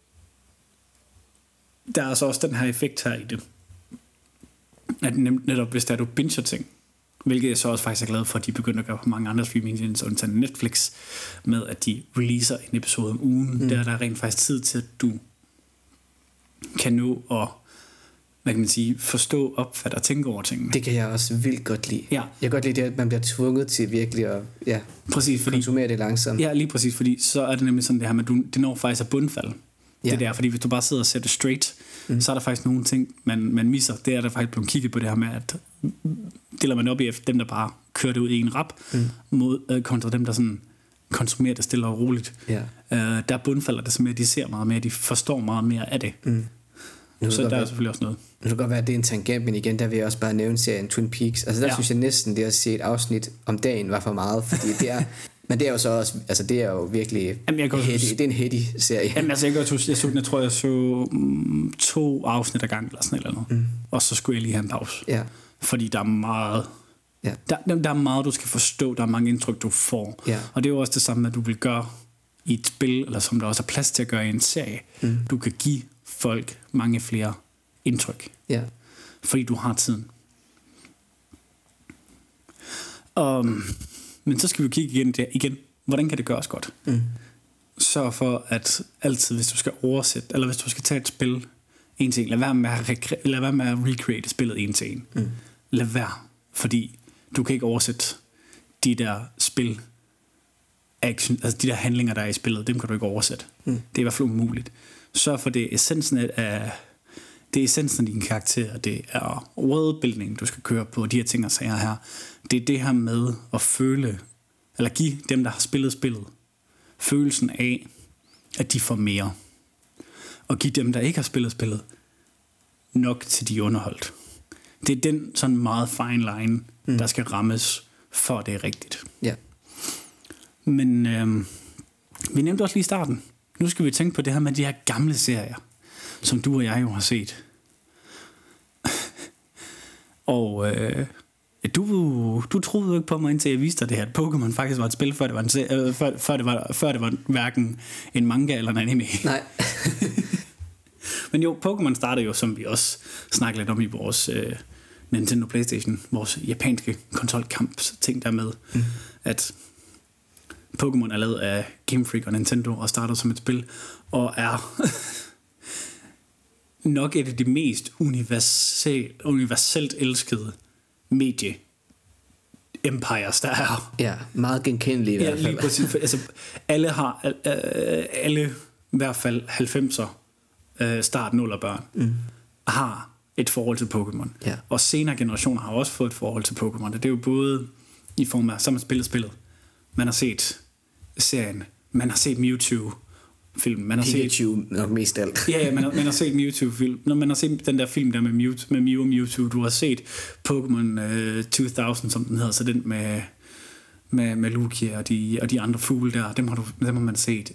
der er altså også den her effekt her i det, at netop hvis der du binger ting, hvilket jeg så også faktisk er glad for, at de begynder at gøre på mange andre streamingtjenester, undtagen Netflix, med at de releaser en episode om ugen, der er der rent faktisk tid til, at du kan nå at, hvad kan man sige, forstå, opfatte og tænke over tingene. Det kan jeg også vildt godt lide. Ja. Jeg kan godt lide det, at man bliver tvunget til virkelig at konsumere det langsomt. Ja, lige præcis, fordi så er det nemlig sådan det her med, det når faktisk at bundfalde. Ja. Det der, fordi hvis du bare sidder og ser det straight, så er der faktisk nogle ting, man misser. Det er der faktisk blevet kigget på det her med, at deler man op i dem, der bare kører det ud i en rap, mod kontra dem, der sådan konsumerer det stille og roligt. Ja. Der bundfalder det så mere, de ser meget mere, de forstår meget mere af det. Så der er selvfølgelig også noget. Det kan godt være, at det er en tangent, men igen, der vil jeg også bare nævne serien Twin Peaks. Altså der synes jeg næsten, det at se et afsnit om dagen var for meget, fordi det er... Men det er jo så også, altså det er jo virkelig det er en heady serie. Jamen altså jeg tror jeg så 2 afsnit ad gang eller sådan noget. Og så skulle jeg lige have en pause. Ja. Fordi der er meget der er meget du skal forstå, der er mange indtryk du får. Ja. Og det er jo også det samme at du vil gøre i et spil, eller som der også er plads til at gøre i en serie. Du kan give folk mange flere indtryk. Ja. Fordi du har tiden. Men så skal vi kigge igen. Hvordan kan det gøres godt? Sørg for at altid, hvis du skal oversætte, eller hvis du skal tage et spil en til en, lad være med at recreate spillet en til en. Lad være, fordi du kan ikke oversætte de der spil action, altså de der handlinger der er i spillet, dem kan du ikke oversætte. Det er i hvert fald umuligt. Sørg for det essensen af din karakter, det er worldbuilding, du skal køre på, de her ting og sager her. Det er det her med at føle, eller give dem, der har spillet spillet, følelsen af, at de får mere. Og give dem, der ikke har spillet spillet, nok til de er underholdt. Det er den sådan meget fine line, der skal rammes, for det er rigtigt. Ja. Men vi nævnte også lige i starten. Nu skal vi tænke på det her med de her gamle serier, som du og jeg jo har set. Og du troede jo ikke på mig, indtil jeg viste dig det her, at Pokémon faktisk var et spil, før det var hverken en manga eller en anime. Nej. Men jo, Pokémon startede jo, som vi også snakkede lidt om i vores Nintendo PlayStation, vores japanske konsolkamps ting der med, at Pokémon er lavet af Game Freak og Nintendo og startede som et spil, og er nok et af de mest universelt elskede medie empires, der er. Ja, meget genkendelige i hvert fald. Ja, lige præcis. Altså, alle i hvert fald 90'er start 0'er børn har et forhold til Pokémon. Ja. Og senere generationer har også fået et forhold til Pokémon. Det er jo både i form af, så man spillet. Man har set serien. Man har set Mewtwo-film. Man har Pikachu nok mest alt. Ja, man har set Mewtwo-film. Når man har set den der film der med Mew og Mewtwo, du har set Pokémon 2000, som den hedder, så den med Lugia og de andre fugle der, dem har man set.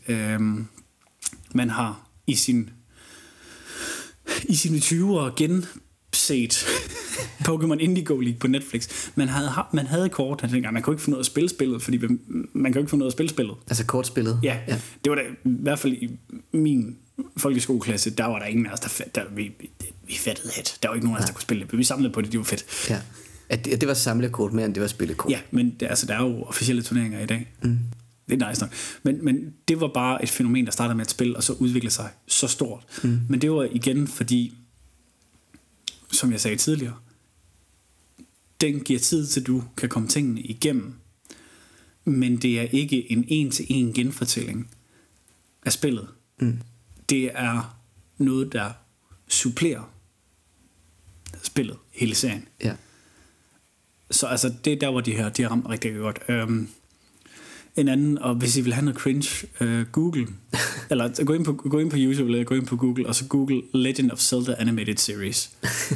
Man har i sine 20'ere set Pokémon Indigo League på Netflix. Man havde kort dengang. Man kunne ikke finde ud af at spille spillet, fordi man kan ikke finde ud af at spille spillet. Altså kortspillet? Ja. Det var da, i hvert fald i min folkeskoleklasse, der var der ingen af os, vi fattede het. Der var ikke nogen af os, der kunne spille det, men vi samlede på det, det var fedt. Ja. Det var samlekort mere, end det var spillekort. Ja, men der er jo officielle turneringer i dag. Det er nice nok. Men det var bare et fænomen, der startede med at spille, og så udvikle sig så stort. Men det var igen, fordi, som jeg sagde tidligere, den giver tid til, at du kan komme tingene igennem. Men det er ikke en en-til-en genfortælling af spillet. Det er noget, der supplerer spillet, hele serien. Ja. Så altså, det er der, hvor de har ramt rigtig godt. En anden, og hvis I vil have noget cringe, Google, eller gå ind på YouTube, eller gå ind på Google, og så Google Legend of Zelda Animated Series.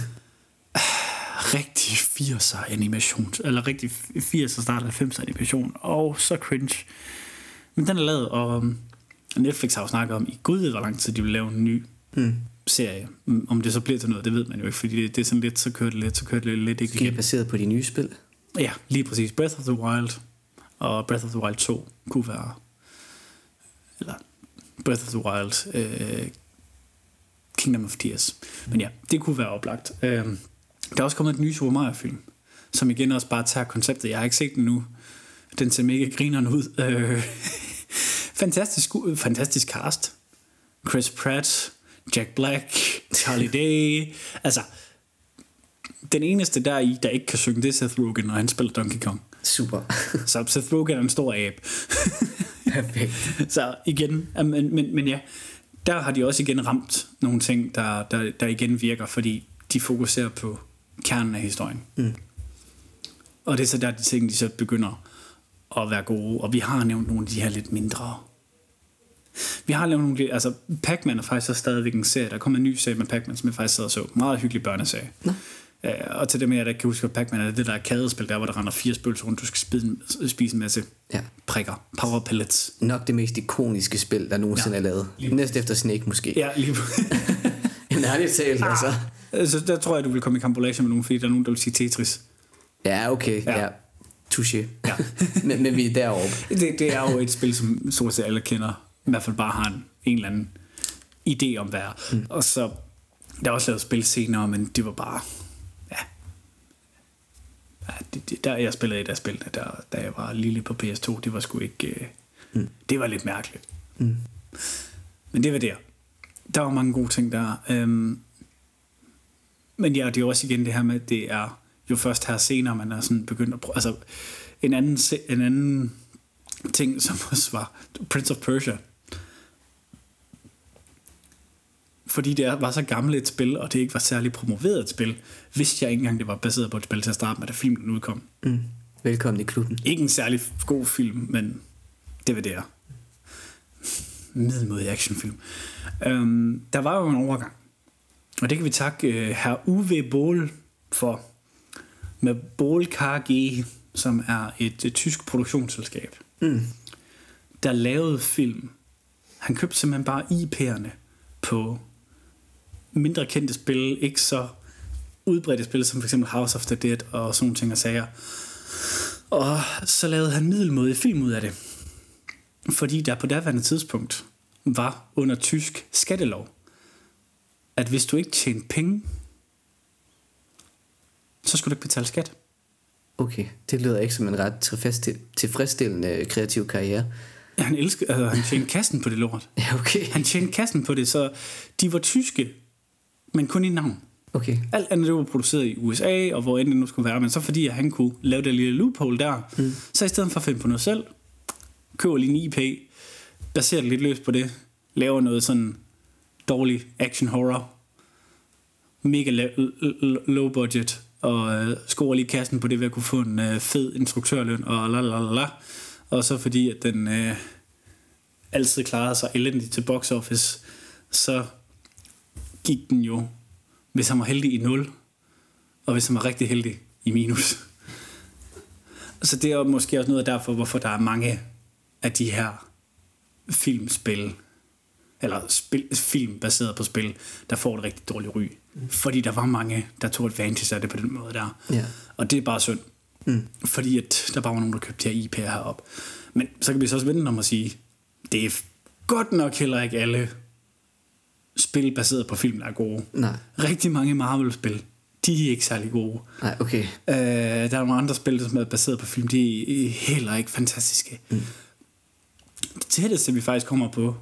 Rigtig 80'er animation, eller rigtig 80'er start af 90'er animation, og så cringe. Men den er lavet, og Netflix har jo snakket om, i gud ved hvor lang tid de vil lave en ny serie. Om det så bliver til noget, det ved man jo ikke, fordi det er sådan lidt, så kører det lidt ikke. Det er baseret på de nye spil? Ja, lige præcis. Breath of the Wild og Breath of the Wild 2 kunne være, eller Breath of the Wild Kingdom of Tears. Men ja, det kunne være oplagt. Der er også kommet et ny Super Mario film, som igen også bare tager konceptet. Jeg har ikke set den nu. Den ser mega grineren ud. Fantastisk cast. Chris Pratt, Jack Black, Charlie Day. Altså, den eneste der ikke kan synge, det er Seth Rogen, når han spiller Donkey Kong. Super. Så Seth Rogen er en stor abe. Perfekt. Så igen, men ja, der har de også igen ramt nogle ting, der igen virker, fordi de fokuserer på kernen af historien. Og det er så der, de ting, de så begynder at være gode. Og vi har nævnt nogle af de her lidt mindre. Vi har nævnt nogle, altså Pac-Man er faktisk så stadigvæk en serie. Der kommer en ny serie med Pac-Man, som jeg faktisk sad og så. Meget hyggelig børneserie. Og til dem af jer, der kan huske, at Pac-Man er det der kædespil, der hvor der render 4 spøgelser rundt, du skal spise en masse prikker, power pellets. Nok det mest ikoniske spil, der nogensinde er lavet. Næst efter Snake måske. Ja, lige en ærligt talt, altså. Så der tror jeg, du vil komme i kampolage med nogen, fordi der er nogen, der vil sige Tetris. Ja, okay. Ja. Touché. Ja. men vi er deroppe. Det er jo et spil, som stort set alle kender. I hvert fald bare har en eller anden idé om hvad. Og så der er også lavet spil senere, men det var bare der jeg spillede et af spillene, da jeg var lille på PS2, det var sgu ikke det var lidt mærkeligt. Men det var der var mange gode ting der. Men ja, det er jo også igen det her med, at det er jo først her senere, man er sådan begyndt at prøve, altså en anden ting, som også var Prince of Persia. Fordi det var så gammelt et spil, og det ikke var særlig promoveret et spil, vidste jeg ikke engang, det var baseret på et spil til at starte med, da filmen udkom. Velkommen i klubben. Ikke en særlig god film, men det var det her. Middelmådig actionfilm. Der var jo en overgang, og det kan vi takke herr Uwe Boll for, med Boll KG, som er et tysk produktionsselskab, der lavede film. Han købte simpelthen bare IP'erne på mindre kendte spil, ikke så udbredte spil, som for eksempel House of the Dead og sådan nogle ting og sager. Og så lavede han middelmådig film ud af det. Fordi der på daværende tidspunkt var under tysk skattelov, at hvis du ikke tjente penge, så skulle du ikke betale skat. Okay, det lyder ikke som en ret tilfredsstillende kreativ karriere. Han tjente kassen på det lort. Ja, okay. Han tjente kassen på det, så de var tyske, men kun i navn. Okay. Alt andet det var produceret i USA, og hvor end det nu skulle være, men så fordi at han kunne lave det lille loophole der, så i stedet for at finde på noget selv, køber lige en IP, baserer det lidt løs på det, laver noget sådan dårlig action horror, mega low budget, og scorer lige kassen på det ved at kunne få en fed instruktørløn, og lalalala. Og så fordi at den altid klarede sig elendigt til box office, så gik den jo, hvis han var heldig, i 0, og hvis han var rigtig heldig, i minus. Så det er måske også noget derfor, hvorfor der er mange af de her filmspil, eller film baseret på spil, der får et rigtig dårligt ry. Fordi der var mange, der tog advantage af det på den måde der. Ja. Og det er bare synd. Fordi at der bare var nogen, der købte de her IP'er herop. Men så kan vi så også vende om at sige, det er godt nok heller ikke alle spil baseret på film, der er gode. Nej. Rigtig mange Marvel-spil, de er ikke særlig gode. Nej, okay. Der er nogle andre spil, som er baseret på film, de er heller ikke fantastiske. Det tætteste, vi faktisk kommer på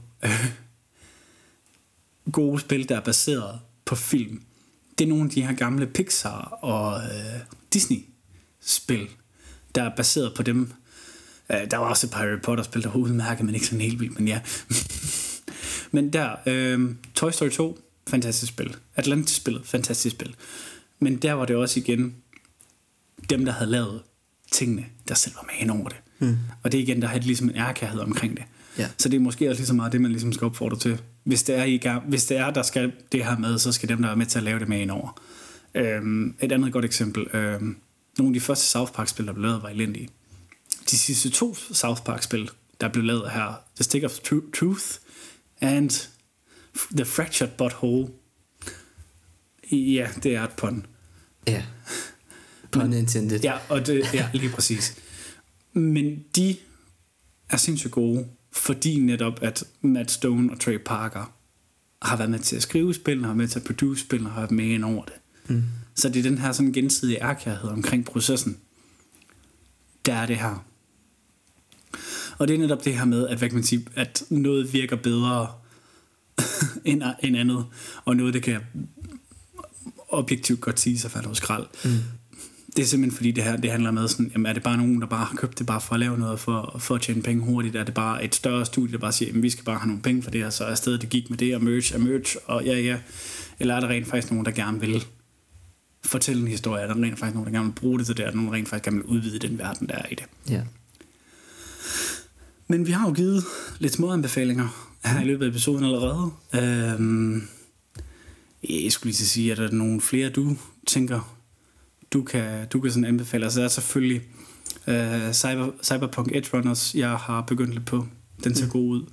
gode spil, der er baseret på film, det er nogle af de her gamle Pixar og Disney-spil, der er baseret på dem. Der var også et par Harry Potter-spil, der var udmærket, men ikke sådan helt vildt, men ja. Men der, Toy Story 2, fantastisk spil. Atlantis-spillet, fantastisk spil. Men der var det også igen dem, der havde lavet tingene, der selv var med ind over det. Og det igen, der havde ligesom en ærkærhed omkring det. Ja. Så det er måske også lige så meget det, man ligesom skal opfordre til. Hvis det er, der skal det her med, så skal dem, der er med til at lave det med ind over. Et andet godt eksempel. Nogle af de første South Park-spil, der blev lavet, var elendige. De sidste 2 South Park-spil, der blev lavet her, The Stick of Truth and The Fractured Butthole. Ja, det er et pun. Ja. Pun intended. Ja, og det, ja, lige præcis. Men de er sindssygt gode, fordi netop, at Matt Stone og Trey Parker har været med til at skrive spil, har været med til at produce spil, og har været med ind over det. Så det er den her sådan gensidige ærkærhed omkring processen. Der er det her. Og det er netop det her med, at, hvad kan man sige, at noget virker bedre end andet, og noget, det kan objektivt godt sige sig for noget skrald. Det er simpelthen fordi det handler med sådan, jamen er det bare nogen, der bare har købt det bare for at lave noget, for at tjene penge hurtigt? Er det bare et større studie, der bare siger, jamen vi skal bare have nogle penge for det, og så er stedet det gik med det, og merch, og ja. Eller er der rent faktisk nogen, der gerne vil fortælle en historie? Er der rent faktisk nogen, der gerne vil bruge det til det? Er der nogen, der rent faktisk gerne vil udvide den verden, der er i det? Ja. Men vi har jo givet lidt små anbefalinger her i løbet af episoden allerede. Jeg skulle lige til at sige, at der er nogle flere, du tænker, du kan sådan anbefale. Altså der er selvfølgelig Cyberpunk Edge Runners, jeg har begyndt lidt på. Den ser god ud.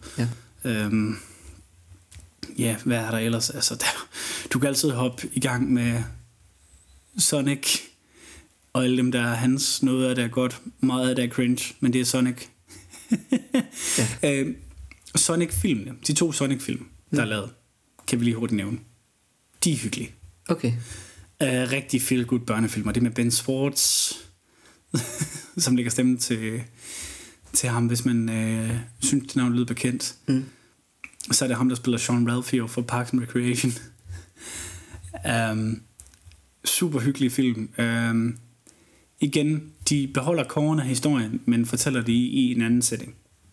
Ja. Hvad er der ellers? Altså, du kan altid hoppe i gang med Sonic og alle dem, der er hans. Noget af det er godt, meget af det er cringe, men det er Sonic. Sonic-filmene, de 2 Sonic-film, der er lavet, kan vi lige hurtigt nævne. De er hyggelige. Okay. Rigtig feel-good børnefilmer. Det med Ben Schwartz, som lægger stemme til ham, hvis man synes, det navn lyder bekendt. Så er det ham, der spiller Sean Ralphio for Parks and Recreation. Super hyggelig film. Igen, de beholder koren af historien, men fortæller det i en anden setting.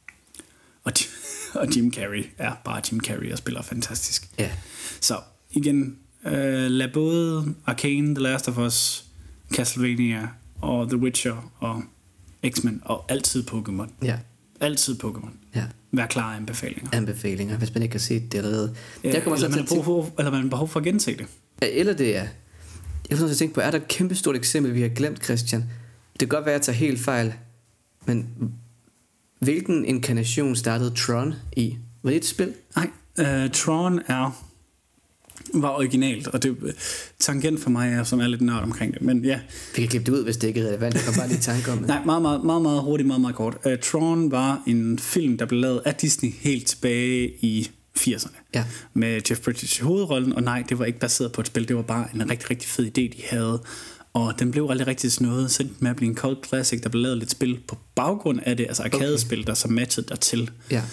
Og Jim Carrey er bare Jim Carrey og spiller fantastisk. Ja. Så igen, lad både Arcane, The Last of Us, Castlevania og The Witcher og X-Men og altid Pokémon. Ja. Altid Pokémon. Ja. Vær klar anbefalinger. Hvis man ikke har set det allerede. Eller man har behov for at gense det. Eller det er. Jeg får tænke på, er der et kæmpe stort eksempel, vi har glemt, Christian? Det kan godt være, at jeg tager helt fejl, men hvilken inkarnation startede Tron i? Var det et spil? Nej, Tron var originalt, og det tangent for mig som er lidt nørd omkring det, men ja. Vi kan klippe det ud, hvis det ikke er relevant. Jeg kan bare lige tanke om det. Nej, meget hurtigt, meget kort. Tron var en film, der blev lavet af Disney helt tilbage i 80'erne. Ja. Med Jeff Bridges i hovedrollen, og nej, det var ikke baseret på et spil, det var bare en rigtig, rigtig fed idé, de havde. Og den blev aldrig rigtig sådan noget, så med at blive en cult classic, der blev lavet lidt spil på baggrund af det, altså arcade-spil, der så matchede dertil. Ja.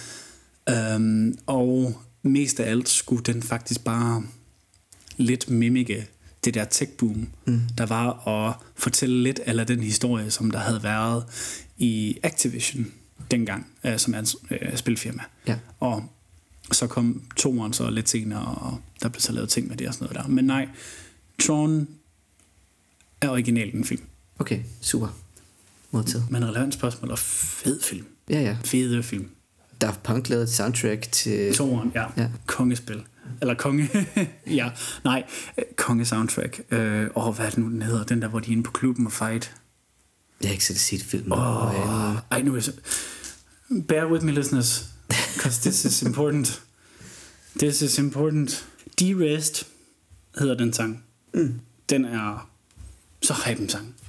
Og mest af alt skulle den faktisk bare lidt mimike det der tech-boom, der var at fortælle lidt af den historie, som der havde været i Activision dengang, som er en spilfirma. Ja. Og så kom 2'eren så lidt senere, og der blev så lavet ting med det og sådan noget der. Men nej, Tron er originalt en film. Okay, super. Modtaget. Men relevant spørgsmål, og fed film. Ja. Fede film. Daft Punk lavede et soundtrack til 2'eren, ja. Kongespil. Eller konge... ja, nej. Konge-soundtrack. Hvad er det nu, den hedder? Den der, hvor de er inde på klubben og fight. Jeg har ikke selv set filmen. Ej, nu er bear with me, listeners. Because this is important. This is important. D-Rest hedder den sang. Den er så hype en sang.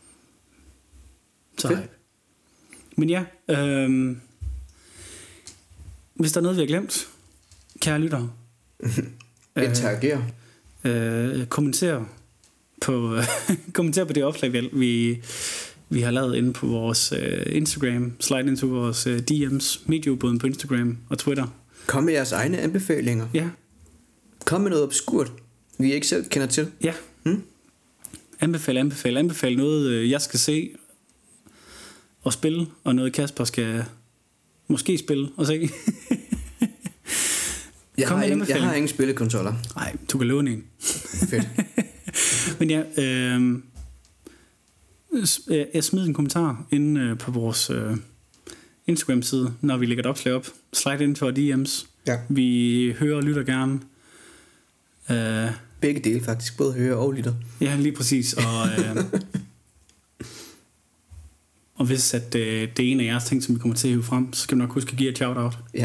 Så hype. Men ja, hvis der er noget, vi har glemt, kære lyttere, interager. Kommenter på det opslag, vi har lavet inde på vores Instagram. Slide ind til vores DM's, medieubåden på Instagram og Twitter. Kom med jeres egne anbefalinger. Ja. Kom med noget obskurt, vi ikke selv kender til. Ja. Anbefale noget, jeg skal se og spille, og noget Kasper skal måske spille og se. Jeg har ingen spillekonsoller. Nej, du kan låne en. Fedt. Men ja, jeg smider en kommentar inde på vores Instagram-side, når vi lægger et opslag op. Slide ind til vores DM's. Ja. Vi hører og lytter gerne. Begge dele faktisk, både hører og lytter. Ja, lige præcis. Og hvis at, det er en af jeres ting, som vi kommer til at hive frem, så skal vi nok huske at give et shout-out. Ja.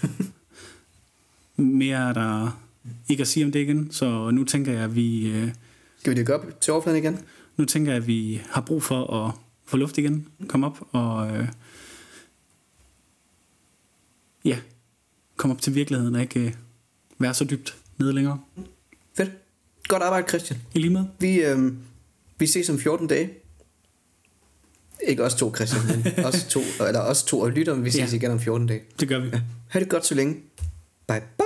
Mere er der ikke at sige om det igen, så nu tænker jeg, at vi... Skal vi det gå op til overfladen igen? Nu tænker jeg, at vi har brug for at få luft igen, komme op og... komme op til virkeligheden og ikke være så dybt nede længere. Fedt. Godt arbejde, Christian. I lige med. Vi ses om 14 dage. Ikke os to, Christian, men os to og lytter, vi ses igen om 14 dage. Det gør vi. Ja. Ha' det godt så længe. Bye bye.